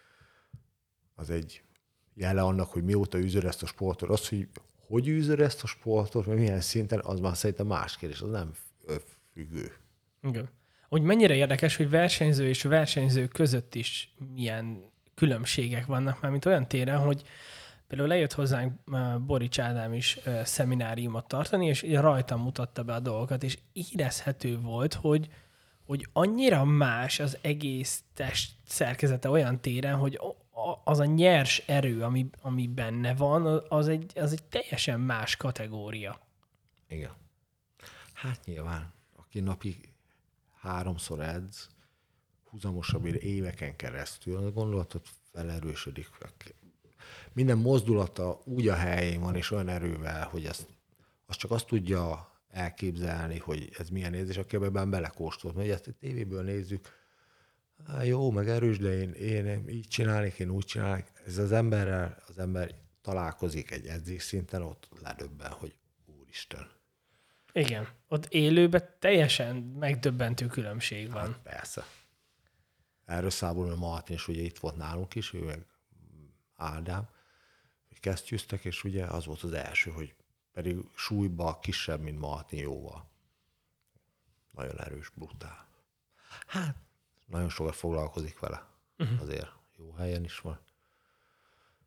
az egy jele annak, hogy mióta űzöd ezt a sportot. Az, hogy hogy űzöd ezt a sportot, vagy milyen szinten, az már szerintem más kérdés, az nem függő. Igen. Hogy mennyire érdekes, hogy versenyző és versenyző között is milyen különbségek vannak már, mint olyan téren, hogy például lejött hozzánk Borics Ádám is szemináriumot tartani, és rajtam mutatta be a dolgokat, és érezhető volt, hogy, hogy annyira más az egész test szerkezete olyan téren, hogy az a nyers erő, ami, ami benne van, az egy, az egy teljesen más kategória. Igen. Hát nyilván, aki napi háromszor edz, húzamosabb éveken keresztül, gondolatot felerősödik. Minden mozdulata úgy a helyén van, és olyan erővel, hogy ezt, azt csak azt tudja elképzelni, hogy ez milyen érzés, aki ebben belekóstolt. Mert ezt a tévéből nézzük, Há, jó, meg erős, de én, én így csinálnék, én úgy csinálnék. Ez az emberrel, az ember találkozik egy edzés szinten, ott ledöbben, hogy úristen. Igen, ott élőben teljesen megdöbbentő különbség van. Hát persze. Erről számolom, Martin is ugye itt volt nálunk is, ő meg Ádám, hogy kesztyűztek, és ugye az volt az első, hogy pedig súlyba kisebb, mint Martin jóval. Nagyon erős, brutál. Hát, nagyon sokat foglalkozik vele. Uh-huh. Azért jó helyen is van.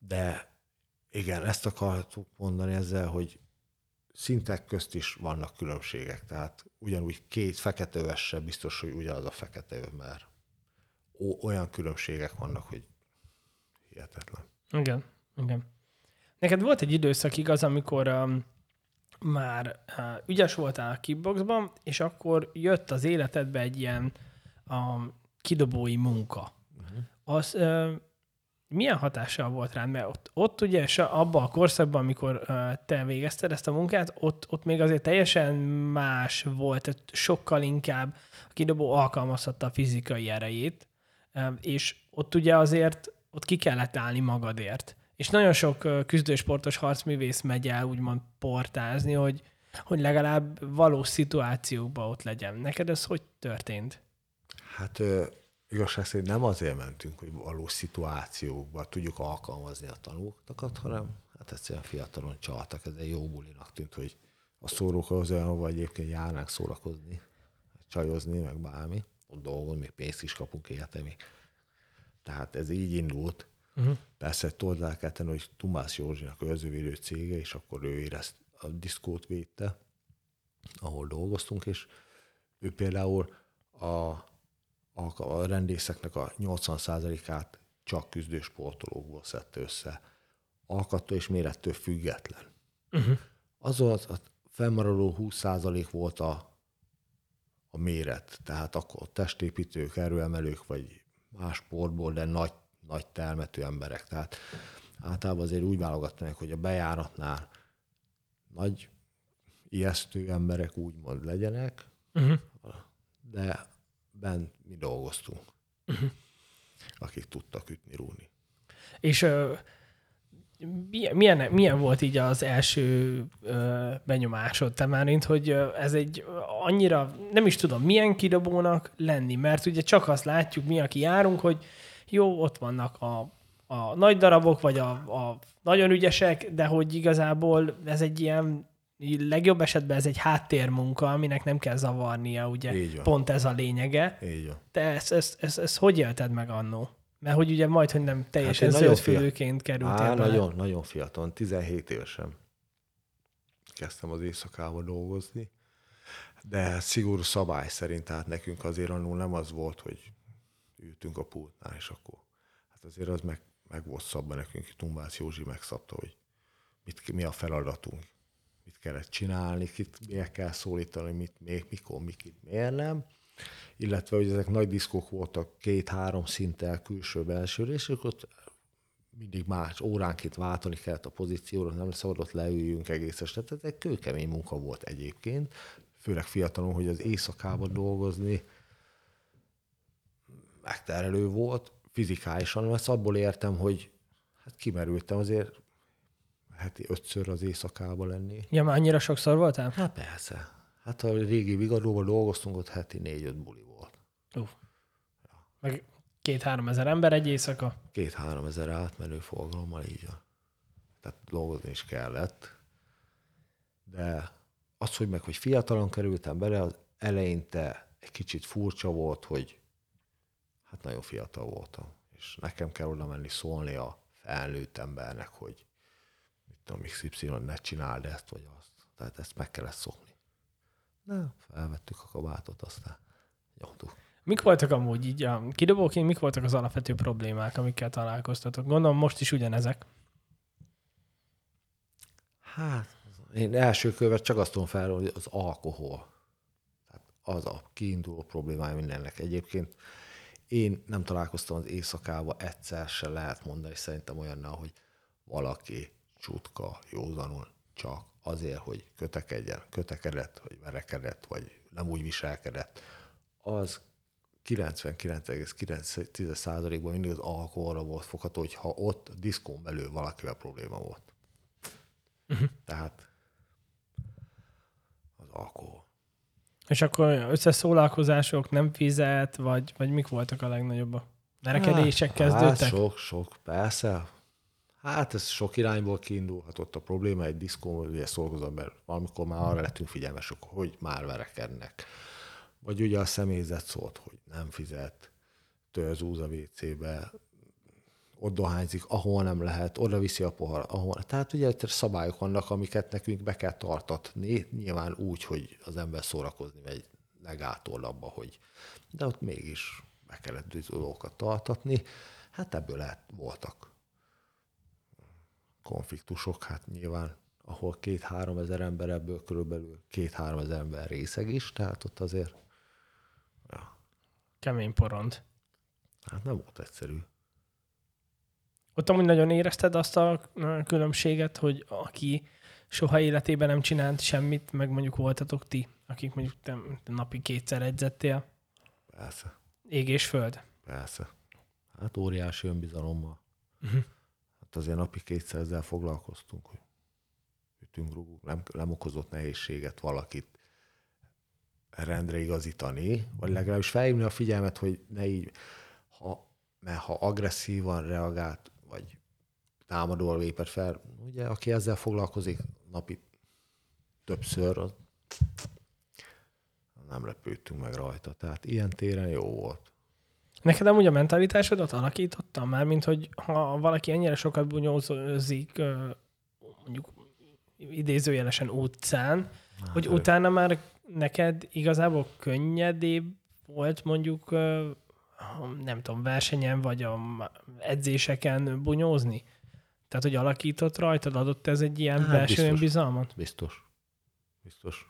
De igen, ezt akartuk mondani ezzel, hogy szintek közt is vannak különbségek. Tehát ugyanúgy két fekete öves sem biztos, hogy ugyanaz a fekete öv, mert olyan különbségek vannak, hogy hihetetlen. Igen, igen. Neked volt egy időszak, igaz, amikor um, már uh, ügyes voltál a kickboxban, és akkor jött az életedbe egy ilyen um, kidobói munka. Uh-huh. Az uh, milyen hatással volt rád? Mert ott, ott ugye abban a korszakban, amikor uh, te végezted ezt a munkát, ott, ott még azért teljesen más volt, tehát sokkal inkább a kidobó alkalmazhatta a fizikai erejét, uh, és ott ugye azért ott ki kellett állni magadért. És nagyon sok uh, küzdősportos harcművész megy el úgymond portázni, hogy, hogy legalább valós szituációkban ott legyen. Neked ez hogy történt? Hát ö, igazság szerint nem azért mentünk, hogy valós szituációkban tudjuk alkalmazni a tanultakat, hanem hát egyszerűen fiatalon csaltak. Ez egy jó bulinak tűnt, hogy a szórókhoz olyan, ahova egyébként járnánk szórakozni, csajozni, meg bármi. Ott dolgon még pénzt is kapunk érte még. Tehát ez így indult. Uh-huh. Persze toldál kell tenni, hogy Tumász Józsinak őrzővédő cége, és akkor ő érezt a diszkót védte, ahol dolgoztunk, és ő például a, a, a rendészeknek a nyolcvan százalékát csak küzdő sportolókból szedte össze. Alkattól és mérettől független. Uh-huh. Azon a fennmaradó húsz százalék volt a, a méret, tehát akkor testépítők, erőemelők, vagy más sportból, de nagy, nagy termető emberek. Tehát általában azért úgy válogatnak, hogy a bejáratnál nagy, ijesztő emberek úgymond legyenek, uh-huh. de bent mi dolgoztunk, uh-huh. akik tudtak ütni, rúni. És uh, milyen, milyen volt így az első uh, benyomásod, te már, mint hogy uh, ez egy uh, annyira, nem is tudom, milyen kidobónak lenni, mert ugye csak azt látjuk mi, aki járunk, hogy jó, ott vannak a, a nagy darabok, vagy a, a nagyon ügyesek, de hogy igazából ez egy ilyen, legjobb esetben ez egy háttérmunka, aminek nem kell zavarnia, ugye pont ez a lényege. Így van. Te ezt, ezt, ezt, ezt hogy élted meg annó? Mert hogy ugye majd, hogy nem teljesen hát zöldfülőként kerültél Á, nagyon, nagyon fiatal, tizenhét évesen kezdtem az éjszakával dolgozni, de szigorú szabály szerint, tehát nekünk azért annól nem az volt, hogy ültünk a pultnál, és akkor hát azért az meg, meg volt szabva nekünk, Tumbász Józsi megszabta, hogy mit, mi a feladatunk, mit kellett csinálni, kit miért kell szólítani, mit, még, mikor, mikit, miért nem. Illetve, hogy ezek nagy diszkók voltak, két-három szinttel külső-belső rész, és ott mindig más óránként váltani kellett a pozícióra, nem szabadott leüljünk egész este. Tehát egy kőkemény munka volt egyébként, főleg fiatalon, hogy az éjszakában dolgozni megterelő volt, fizikálisan, mert abból értem, hogy hát kimerültem azért heti ötször az éjszakában lenni. Ja, már annyira sokszor voltál? Hát persze. Hát a régi Vigadóban dolgoztunk, ott heti négy-öt buli volt. Uh. Ja. Meg két-három ezer ember egy éjszaka? Két-három ezer átmenő forgalommal, így van. Tehát dolgozni is kellett. De az, hogy meg, hogy fiatalon kerültem bele, az eleinte egy kicsit furcsa volt, hogy hát nagyon fiatal voltam. És nekem kell oda menni szólni a felnőtt embernek, hogy mit tudom, iksz ipszilon ne csináld ezt, vagy azt. Tehát ezt meg kellett szokni. Na, felvettük a kabátot, aztán nyomtuk. Mik voltak amúgy így a kidobóként, mik voltak az alapvető problémák, amikkel találkoztatok? Gondolom most is ugyanezek. Hát, én első körben csak azt tudom fel, hogy az alkohol. Tehát az a kiinduló problémája mindennek. Egyébként én nem találkoztam az éjszakával, egyszer se lehet mondani, szerintem olyannal, hogy valaki csutka, józanul csak azért, hogy kötekedjen, kötekedett, vagy verekedett, vagy nem úgy viselkedett, az kilencvenkilenc egész kilenc százalékban mindig az alkoholra volt fogható, hogy ha ott diszkón belül valakivel probléma volt. Uh-huh. Tehát az alkohol. És akkor összeszólalkozások, nem fizet, vagy, vagy mik voltak a legnagyobbak? Verekedések hát, kezdődtek? Hát sok, sok, persze. Hát ez sok irányból kiindulhatott a probléma, egy diszkón, ugye szól az ember, valamikor már arra lettünk figyelmesek, hogy már verekednek. Vagy ugye a személyzet szólt, hogy nem fizet, törzúz a vécébe, ott dohányzik, ahol nem lehet, oda viszi a pohar, ahol... Tehát ugye szabályok vannak, amiket nekünk be kell tartatni, nyilván úgy, hogy az ember szórakozni megy legátorlabba, hogy... De ott mégis be kellett dolgokat tartatni. Hát ebből lehet, voltak konfliktusok, hát nyilván, ahol két-három ezer ember, ebből körülbelül két-három ezer ember részeg is, tehát ott azért... Ja. Kemény porond. Hát nem volt egyszerű. Ott amúgy nagyon érezted azt a különbséget, hogy aki soha életében nem csinált semmit, meg mondjuk voltatok ti, akik mondjuk te napi kétszer edzettél? Persze. Ég és föld? Persze. Hát óriási önbizalommal. Uh-huh. Hát azért napi kétszer ezzel foglalkoztunk, hogy ütünk, rúgunk, nem, nem okozott nehézséget valakit rendre igazítani, vagy legalábbis felhívni a figyelmet, hogy ne így, ha, mert ha agresszívan reagált, vagy támadóval lépett fel, ugye, aki ezzel foglalkozik napi többször, az nem lepődtünk meg rajta. Tehát ilyen téren jó volt. Neked amúgy a mentalitásodat alakítottam már, mint hogy ha valaki ennyire sokat bunyózik, mondjuk idézőjelesen utcán, hát hogy ő. Utána már neked igazából könnyedébb volt mondjuk, nem tudom, versenyen vagy a edzéseken bunyózni? Tehát, hogy alakított rajtad, adott ez egy ilyen hát belső önbizalmat? Biztos. Biztos.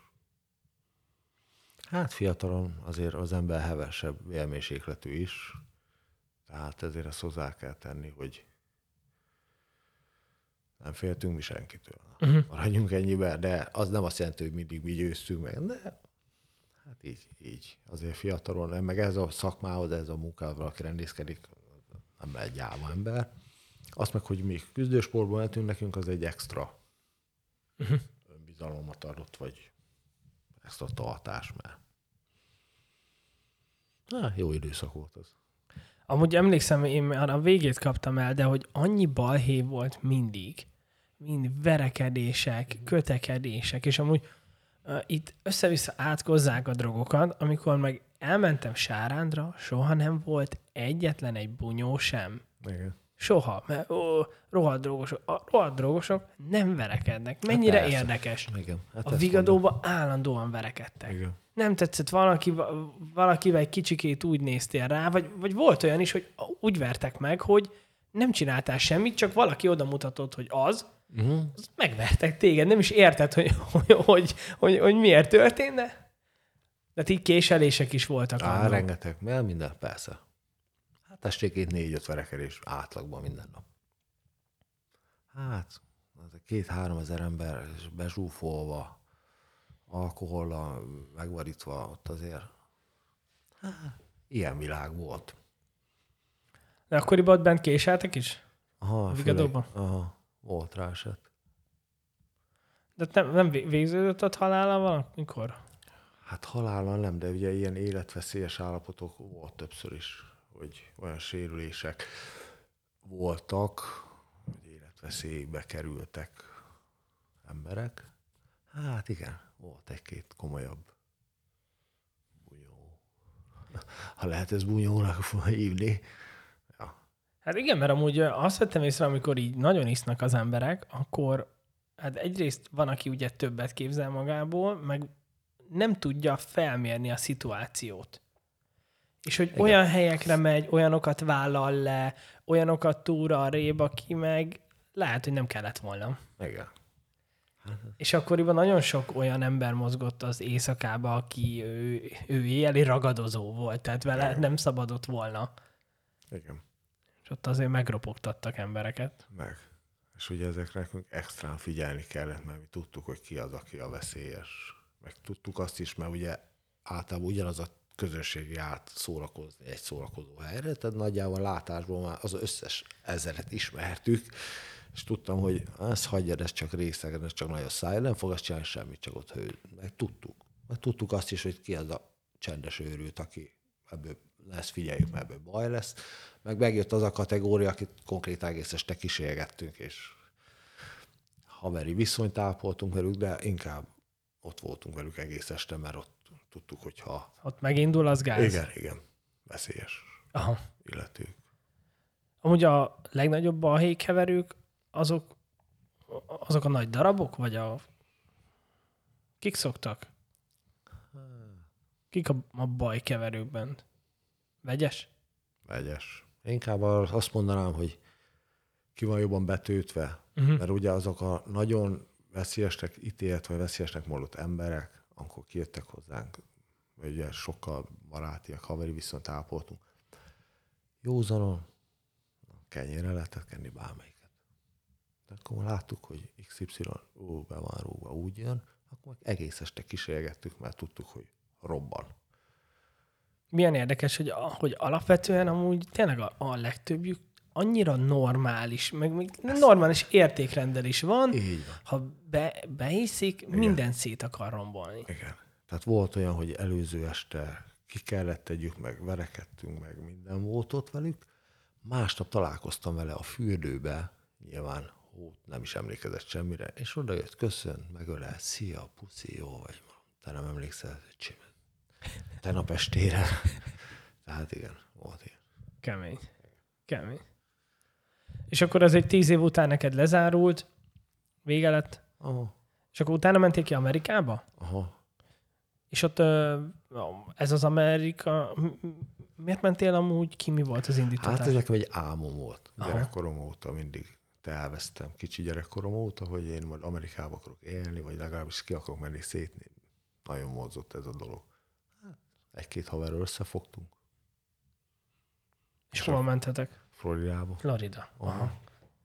Hát fiatalon azért az ember hevesebb élménységletű is, tehát ezért ezt hozzá kell tenni, hogy nem féltünk mi senkitől. Uh-huh. Maradjunk ennyiben, de az nem azt jelenti, hogy mindig mi győztünk meg, de hát így, így. Azért fiatalon, meg ez a szakmához, ez a munkához valaki rendészkedik, nem lehet gyáva ember. Azt meg, hogy mi küzdősportban mentünk, nekünk az egy extra uh-huh. önbizalomat adott, vagy extra tartás, mert Há, jó időszak volt az. Amúgy emlékszem, én már a végét kaptam el, de hogy annyi balhé volt mindig. Mind verekedések, kötekedések, és amúgy uh, itt össze-vissza átkozzák a drogokat, amikor meg elmentem Sárándra, soha nem volt egyetlen egy bunyó sem. Igen. Soha, mert ó, rohadt drogosok, a rohadt drogosok nem verekednek. Mennyire hát érdekes. Igen. Hát a Vigadóban állandóan verekedtek. Igen. Nem tetszett valaki, valakivel egy kicsikét úgy néztél rá, vagy, vagy volt olyan is, hogy úgy vertek meg, hogy nem csináltál semmit, csak valaki oda mutatott, hogy az, uh-huh. az megvertek téged. Nem is érted, hogy, hogy, hogy, hogy, hogy miért történt, de, de így késelések is voltak. Á, annak. Rengeteg, mert minden, persze. Hát esténként négy-öt verekedés átlagban minden nap. Hát, két-három ezer ember bezsúfolva, alkohollal megvarítva, ott azért hát, ilyen világ volt. De akkoriban ott bent késeltek is? Aha, Vigadóban? Aha, volt rá eset. De nem, nem végződött ott halála valamikor? Hát halála nem, de ugye ilyen életveszélyes állapotok volt többször is, hogy olyan sérülések voltak, hogy életveszélybe kerültek emberek. Hát igen, volt egy-két komolyabb bunyó. Ha lehet ez bunyónak hívni. Ja. Hát igen, mert amúgy azt vettem észre, amikor így nagyon isznak az emberek, akkor hát egyrészt van, aki ugye többet képzel magából, meg nem tudja felmérni a szituációt. És hogy igen. olyan helyekre megy, olyanokat vállal le, olyanokat túra arrébb, aki meg lehet, hogy nem kellett volna. Igen. És akkoriban nagyon sok olyan ember mozgott az éjszakába, aki ő, ő éjjeli ragadozó volt, tehát vele igen. nem szabadott volna. Igen. És ott azért megropogtattak embereket. Meg. És ugye ezekre nekünk extrán figyelni kellett, mert mi tudtuk, hogy ki az, aki a veszélyes. Meg tudtuk azt is, mert ugye általában ugyanaz a közösség járt szórakozni egy szórakozó helyre, tehát nagyjából látásból már az összes ezeret ismertük, és tudtam, hogy ezt hagyjad, ez csak részegen, ez csak nagyon száj, nem fog azt csinálni semmit, csak ott hő. Meg tudtuk. Meg tudtuk azt is, hogy ki az a csendes őrült, aki ebből lesz, figyeljük, mert ebből baj lesz. Meg megjött az a kategória, akit konkrét egész este kísérgettünk, és haveri viszonyt ápoltunk velük, de inkább ott voltunk velük egész este, mert ott tudtuk, hogyha... Ott megindul, az gáz. Igen, igen. Veszélyes. Aha. Illetők. Amúgy a legnagyobb balhékeverők, azok, azok a nagy darabok, vagy a... Kik szoktak? Kik a, a bajkeverőkben? Vegyes? Vegyes. Inkább azt mondanám, hogy ki van jobban betőtve, uh-huh. mert ugye azok a nagyon veszélyesnek ítélt, vagy veszélyesnek mondott emberek, amikor kijöttek hozzánk, ugye sokkal barátiak, haveri viszont ápoltunk. Józanon, kenyérre lehetett kenni bármelyiket. De akkor láttuk, hogy iksz ipszilon ó, be van rúgva, úgy jön, akkor meg egész este kísérgettük, mert tudtuk, hogy robban. Milyen érdekes, hogy, hogy alapvetően amúgy tényleg a, a legtöbbjük annyira normális, meg még normális értékrendelés van, Így van. Ha be, behiszik, minden szét akar rombolni. Igen. Tehát volt olyan, hogy előző este ki kellett tegyük, meg verekedtünk, meg minden volt ott velük. Másnap találkoztam vele a fürdőbe, nyilván ó, nem is emlékezett semmire, és oda jött, köszön, megölel, szia, puszi, jó vagy, te nem emlékszel, öcsém. Tegnap estére. Tehát igen, volt ilyen. Kemény. Kemény. És akkor az egy tíz év után neked lezárult, vége lett, Aha. és akkor utána mentél ki Amerikába? Aha. És ott ez az Amerika... Miért mentél amúgy? Ki mi volt az indítatás? Hát ez nekem egy álmom volt. Aha. Gyerekkorom óta mindig elvesztem. Kicsi gyerekkorom óta, hogy én majd Amerikába akarok élni, vagy legalábbis ki akarok menni szétni. Nagyon mozdzott ez a dolog. Hát, egy-két haverról összefogtunk. És hova mentetek? Floridába. Florida. Aha. Aha.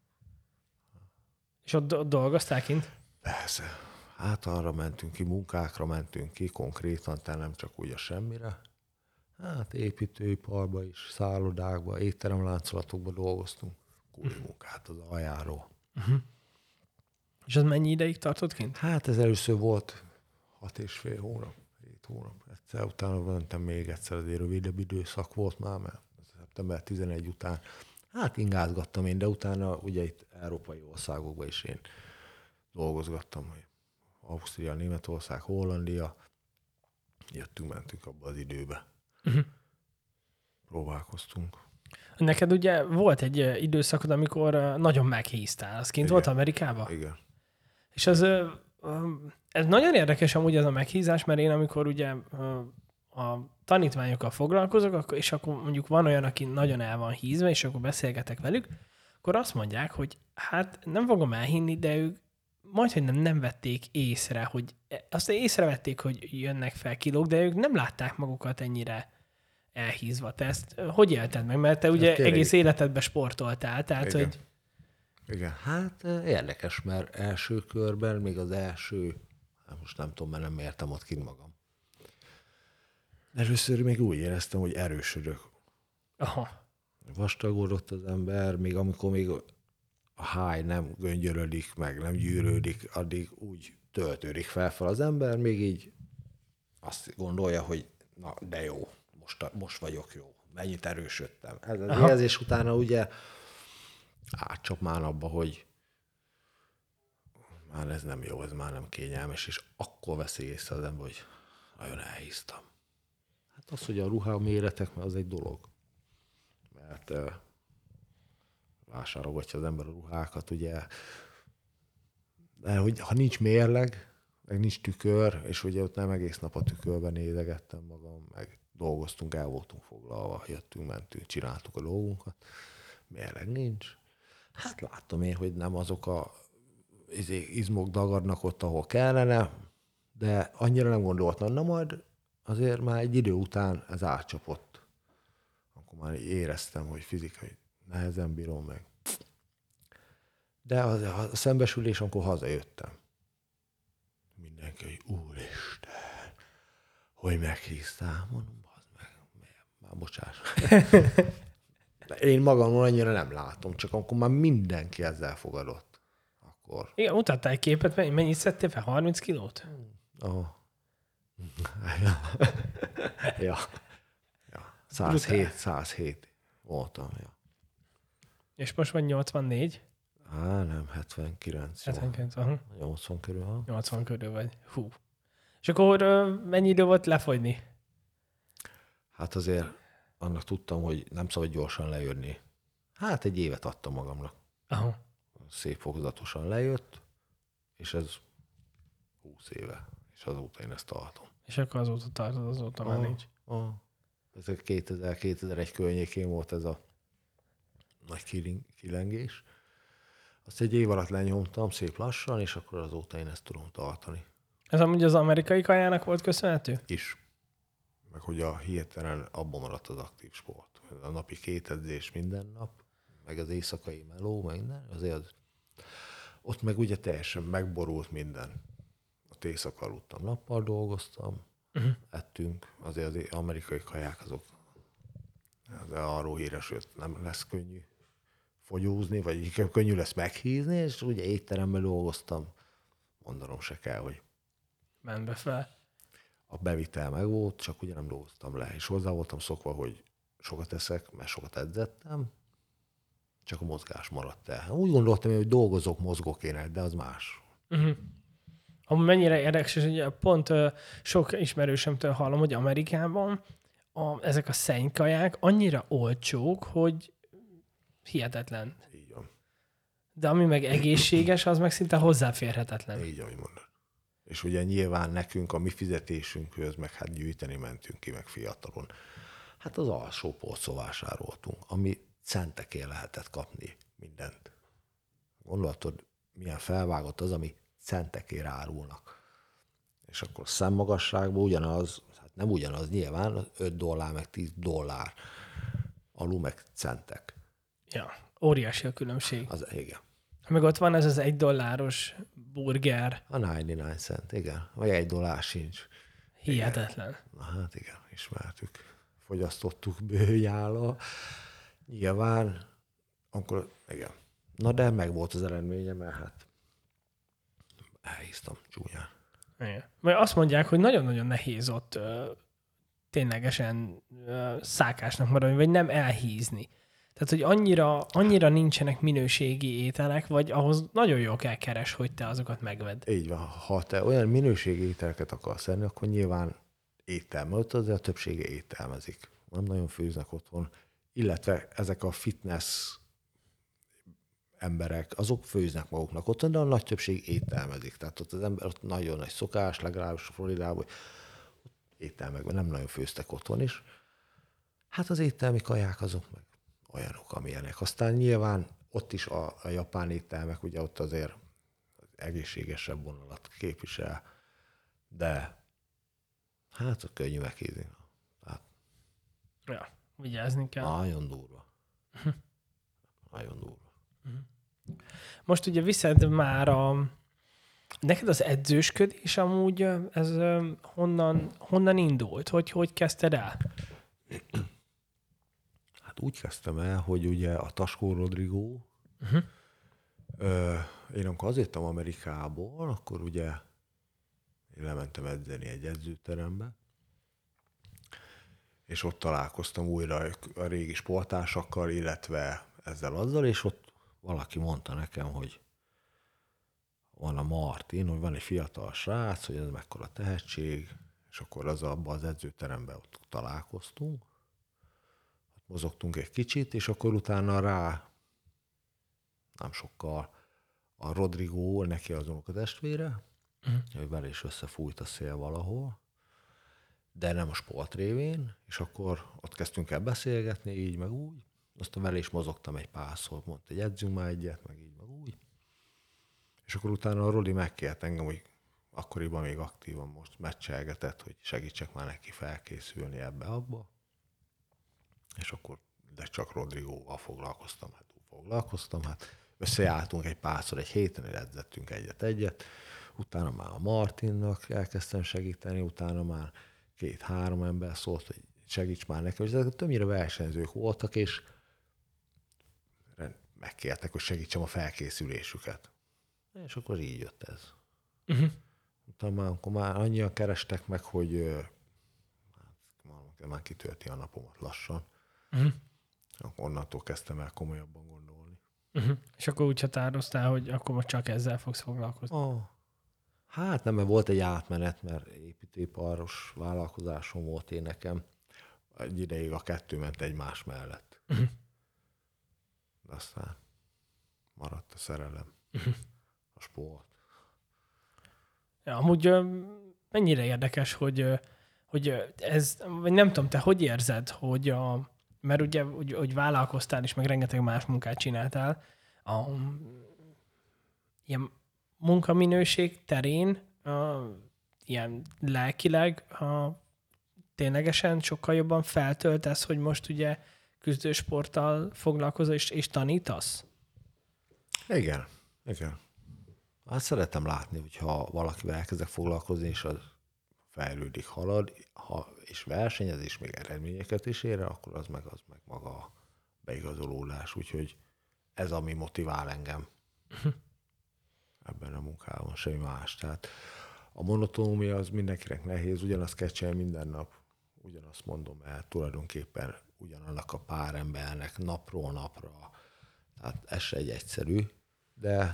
És ott, ott dolgoztál kint? Persze. Hát arra mentünk ki, munkákra mentünk ki, konkrétan, tehát nem csak úgy a semmire. Hát építőiparba is, szállodákba, étteremláncolatokba dolgoztunk. Kúli munkát az aljáról. Uh-huh. És az mennyi ideig tartott kint? Hát ez először volt hat és fél hónap, hét hónap. Egyszer utána mentem még egyszer, azért rövidebb időszak volt már, mert szeptember tizenegy után. Hát ingázgattam én, de utána ugye itt európai országokban is én dolgozgattam, hogy Ausztria, Németország, Hollandia. Jöttünk, mentünk abba az időbe. Uh-huh. Próbálkoztunk. Neked ugye volt egy időszakod, amikor nagyon meghíztál. Az kint Igen. volt Amerikában? Igen. És az, ez nagyon érdekes amúgy ez a meghízás, mert én amikor ugye a tanítványokkal foglalkozok, és akkor mondjuk van olyan, aki nagyon el van hízva, és akkor beszélgetek velük, akkor azt mondják, hogy hát nem fogom elhinni, de ők majdhogy nem, nem vették észre, hogy azt észrevették, hogy jönnek fel kilók, de ők nem látták magukat ennyire elhízva. Te ezt hogy élted meg? Mert te ugye tényleg... egész életedben sportoltál, tehát Igen. hogy... Igen, hát érdekes, mert első körben, még az első, hát most nem tudom, mert nem értem ott kint magam. Először még úgy éreztem, hogy erősödök. Aha. Vastagodott az ember, még amikor még a háj nem göngyölödik, meg nem gyűrődik, addig úgy töltődik fel az ember, még így azt gondolja, hogy na, de jó, most, most vagyok jó, mennyit erősödtem. Ez az Aha. érzés utána ugye átcsap már abba, hogy már ez nem jó, ez már nem kényelmes, és akkor veszi észre az ember, hogy nagyon elhíztam. Hát az, hogy a ruha méretek, mert az egy dolog. Mert uh, vásárolgatja az ember a ruhákat, ugye, de hogy ha nincs mérleg, meg nincs tükör, és ugye ott nem egész nap a tükörben nézegettem magam, meg dolgoztunk, el voltunk foglalva, jöttünk, mentünk, csináltuk a dolgunkat, mérleg nincs. Hát láttam én, hogy nem azok a izmok dagadnak ott, ahol kellene, de annyira nem gondoltam, na majd azért már egy idő után ez átcsapott. Akkor már éreztem, hogy fizikai nehezen bírom meg. De a, a szembesülés, amikor hazajöttem, mindenki, hogy úristen, hogy meghíztál, mondom, bazd meg, már bocsáss. Én magamról annyira nem látom, csak akkor már mindenki ezzel fogadott. Akkor... Igen, mutattál egy képet, mennyit szedtél fel? harminc kilót? Oh. ja. ja. ja. száz hét, száz hét voltam. Ja. És most vagy nyolcvannégy? Á, nem, hetvenkilenc. hetvenkilenc, aha. nyolcvan körül, ha? nyolcvan körül vagy. Hú. És akkor mennyi idő volt lefogyni? Hát azért annak tudtam, hogy nem szabad gyorsan lejönni. Hát egy évet adtam magamnak. Aha. Szép fokozatosan lejött, és ez húsz éve. És azóta én ezt tartom. És akkor azóta tartod, azóta már nincs. Ah, ez a kétezer-kétezer-egy környékén volt ez a nagy kilengés. Azt egy év alatt lenyomtam szép lassan, és akkor azóta én ezt tudom tartani. Ez amúgy az amerikai kajának volt köszönhető? Is. Meg hogy a hirtelen abban maradt az aktív sport. A napi két edzés minden nap, meg az éjszakai meló, meg minden, azért az, ott meg ugye teljesen megborult minden. Ott éjszaka aludtam, nappal dolgoztam, uh-huh. ettünk, azért az amerikai kaják azok de arról híres, hogy nem lesz könnyű fogyózni, vagy könnyű lesz meghízni, és ugye étteremben dolgoztam, mondanom se kell, hogy ment be fel. A bevitel meg volt, csak ugye nem dolgoztam le, és hozzá voltam szokva, hogy sokat eszek, mert sokat edzettem, csak a mozgás maradt el. Úgy gondoltam, hogy dolgozok, mozgok én, de az más. Uh-huh. Amúgy mennyire érdekes, és ugye pont uh, sok ismerősömtől hallom, hogy Amerikában a, ezek a szennykaják annyira olcsók, hogy hihetetlen. Így van. De ami meg egészséges, az meg szinte hozzáférhetetlen. Így, ahogy mondod. És ugye nyilván nekünk a mi fizetésünkhöz, meg hát gyűjteni mentünk ki, meg fiatalon. Hát az alsó polcon vásároltunk, ami centekért lehetett kapni mindent. Gondolatod, milyen felvágott az, ami centekért árulnak. És akkor szemmagasságban ugyanaz, hát nem ugyanaz nyilván, öt dollár, meg tíz dollár. Alul meg centek. Ja, óriási a különbség. Az, igen. Meg ott van ez az egy dolláros burger. A kilencvenkilenc cent, igen. Vagy egy dollár sincs. Hihetetlen. Igen. Na hát igen, ismertük. Fogyasztottuk bőjállal. Nyilván, akkor igen. Na de meg volt az eredménye, mert hát elhíztam csúnyán. Igen. Mert azt mondják, hogy nagyon-nagyon nehéz ott ö, ténylegesen ö, szákásnak maradni, vagy nem elhízni. Tehát, hogy annyira, annyira nincsenek minőségi ételek, vagy ahhoz nagyon jól kell keres, hogy te azokat megvedd. Így van. Ha te olyan minőségi ételeket akarsz enni, akkor nyilván étterme, ott azért a többsége ételmezik. Nem nagyon főznek otthon. Illetve ezek a fitness emberek, azok főznek maguknak otthon, de a nagy többség ételmezik. Tehát ott az ember, ott nagyon nagy szokás, legalábbis a Floridában, hogy ételmekben nem nagyon főztek otthon is. Hát az éttermi kaják azok meg olyanok, amilyenek. Aztán nyilván ott is a, a japán éttermek, ugye ott azért egészségesebb vonalat képvisel, de hát a könnyű meghízni. Hát, ja, vigyázni kell. nagyon durva. Nagyon durva. Most ugye viszed már a... Neked az edzősködés amúgy ez honnan, honnan indult? Hogy, hogy kezdted el? Hát úgy kezdtem el, hogy ugye a Taskó Rodrigo, uh-huh. ö, én amikor azért jöttem Amerikából, akkor ugye én lementem edzeni egy edzőterembe, és ott találkoztam újra a régi sportársakkal, illetve ezzel azzal, és ott valaki mondta nekem, hogy van a Martin, hogy van egy fiatal srác, hogy ez mekkora tehetség, és akkor az abban az edzőteremben ott találkoztunk. Mozogtunk egy kicsit, és akkor utána rá, nem sokkal, a Rodrigo, neki az unokatestvére, uh-huh. hogy vele is összefújt a szél valahol, de nem a sport révén, és akkor ott kezdtünk el beszélgetni, így meg úgy. Aztán vele is mozogtam egy párszor, mondta, hogy edzünk már egyet, meg így, meg úgy. És akkor utána a Rodi megkért engem, hogy akkoriban még aktívan most meccselgetett, hogy segítsek már neki felkészülni ebbe-abba. És akkor, de csak Rodrigóval foglalkoztam, hát úgy foglalkoztam, hát összejártunk egy párszor egy héten, edzettünk egyet-egyet, utána már a Martinnak elkezdtem segíteni, utána már két-három ember szólt, hogy segíts már nekem, és ezek többnyire versenyzők voltak, és megkértek, hogy segítsem a felkészülésüket. És akkor így jött ez. Uh-huh. Utána már, akkor már annyian kerestek meg, hogy hát, már kitölti a napomat lassan. Uh-huh. Onnantól kezdtem el komolyabban gondolni. Uh-huh. És akkor úgy határoztál, hogy akkor most csak ezzel fogsz foglalkozni? Oh. Hát nem, mert volt egy átmenet, mert építőiparos vállalkozásom volt én nekem. Egy ideig a kettő ment egymás mellett. Uh-huh. de aztán maradt a szerelem, a sport. Ja, amúgy ö, mennyire érdekes, hogy, ö, hogy ö, ez, vagy nem tudom, te hogy érzed, hogy a, mert ugye, hogy, hogy vállalkoztál is, meg rengeteg más munkát csináltál, a ilyen munkaminőség terén, a, ilyen lelkileg a, ténylegesen sokkal jobban feltöltesz, hogy most ugye küzdősporttal foglalkozol és, és tanítasz? Igen, igen. Hát szeretem látni, hogyha valakivel elkezdek foglalkozni, és az fejlődik, halad, ha, és versenyez, és még eredményeket is ér, akkor az meg, az meg maga a beigazolódás. Úgyhogy ez, ami motivál engem ebben a munkában, semmi más. Tehát a monotómia az mindenkinek nehéz, ugyanazt kell csinálni minden nap, ugyanazt mondom el, tulajdonképpen ugyanannak a pár embernek napról napra. Tehát ez se egy egyszerű, de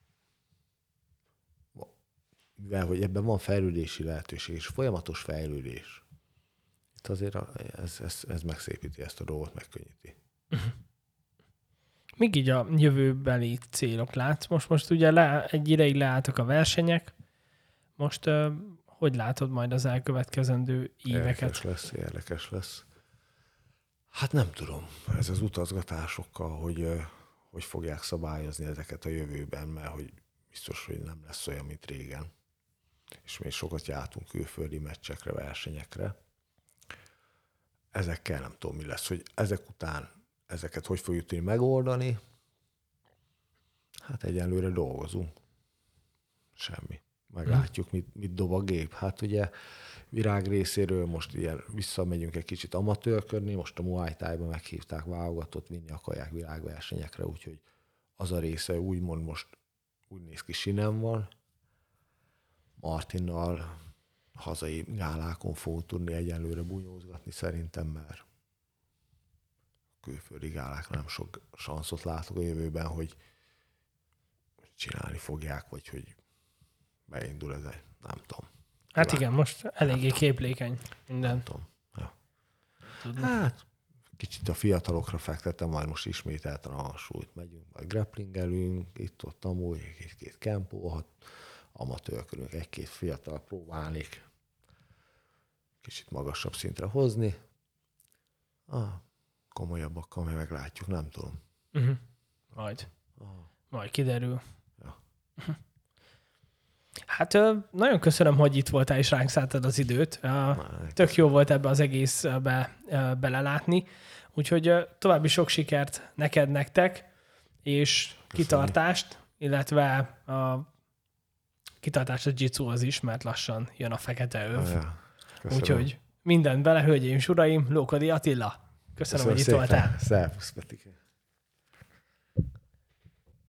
mivel, hogy ebben van fejlődési lehetőség, és folyamatos fejlődés, itt azért ez, ez, ez megszépíti ezt a dolgot, megkönnyíti. Míg így a jövőbeli célok látsz? Most, most ugye le, egy ideig leálltak a versenyek, most uh, hogy látod majd az elkövetkezendő éveket? Érdekes lesz, érdekes lesz. Hát nem tudom, ez az utazgatásokkal, hogy hogy fogják szabályozni ezeket a jövőben, mert hogy biztos, hogy nem lesz olyan, mint régen. És még sokat jártunk külföldi meccsekre, versenyekre. Ezekkel nem tudom, mi lesz, hogy ezek után ezeket hogy fogjuk tudni megoldani. Hát egyenlőre dolgozunk. Semmi. Meglátjuk, mit, mit dob a gép. Hát ugye Virág részéről most ilyen visszamegyünk egy kicsit amatőrködni, most a Muay Thai-ba meghívták válogatott, vinni akarják világversenyekre, úgyhogy az a része úgymond most úgy néz ki, sinem van. Martinnal hazai gálákon fogunk tudni egyenlőre bunyózgatni szerintem, mert külföldi gálákra nem sok sanszot látok a jövőben, hogy csinálni fogják, vagy hogy beindul ez egy, nem tudom. Hát Kívánom. igen, most eléggé képlékeny minden. Nem tudom. Ja. Hát kicsit a fiatalokra fektettem, majd most ismételten a hangsúlyt megyünk, majd grapplingelünk, itt-ott amúgy, egy-két kempóhat, amatőrkörünk, egy-két fiatal próbálnék kicsit magasabb szintre hozni. Ah, komolyabbakkal meg meglátjuk, nem tudom. Uh-huh. Majd. Ah. Majd kiderül. Ja. Uh-huh. Hát nagyon köszönöm, hogy itt voltál és ránk szálltad az időt. Tök jó volt ebbe az egészbe belelátni. Úgyhogy további sok sikert neked, nektek, és köszönöm. Kitartást, illetve a kitartást a jitsuhoz is, mert lassan jön a fekete öv. Ja, úgyhogy mindent bele, hölgyeim és uraim, Lókodi Attila. Köszönöm, köszönöm hogy itt szépen. voltál. Szervusz, Petike.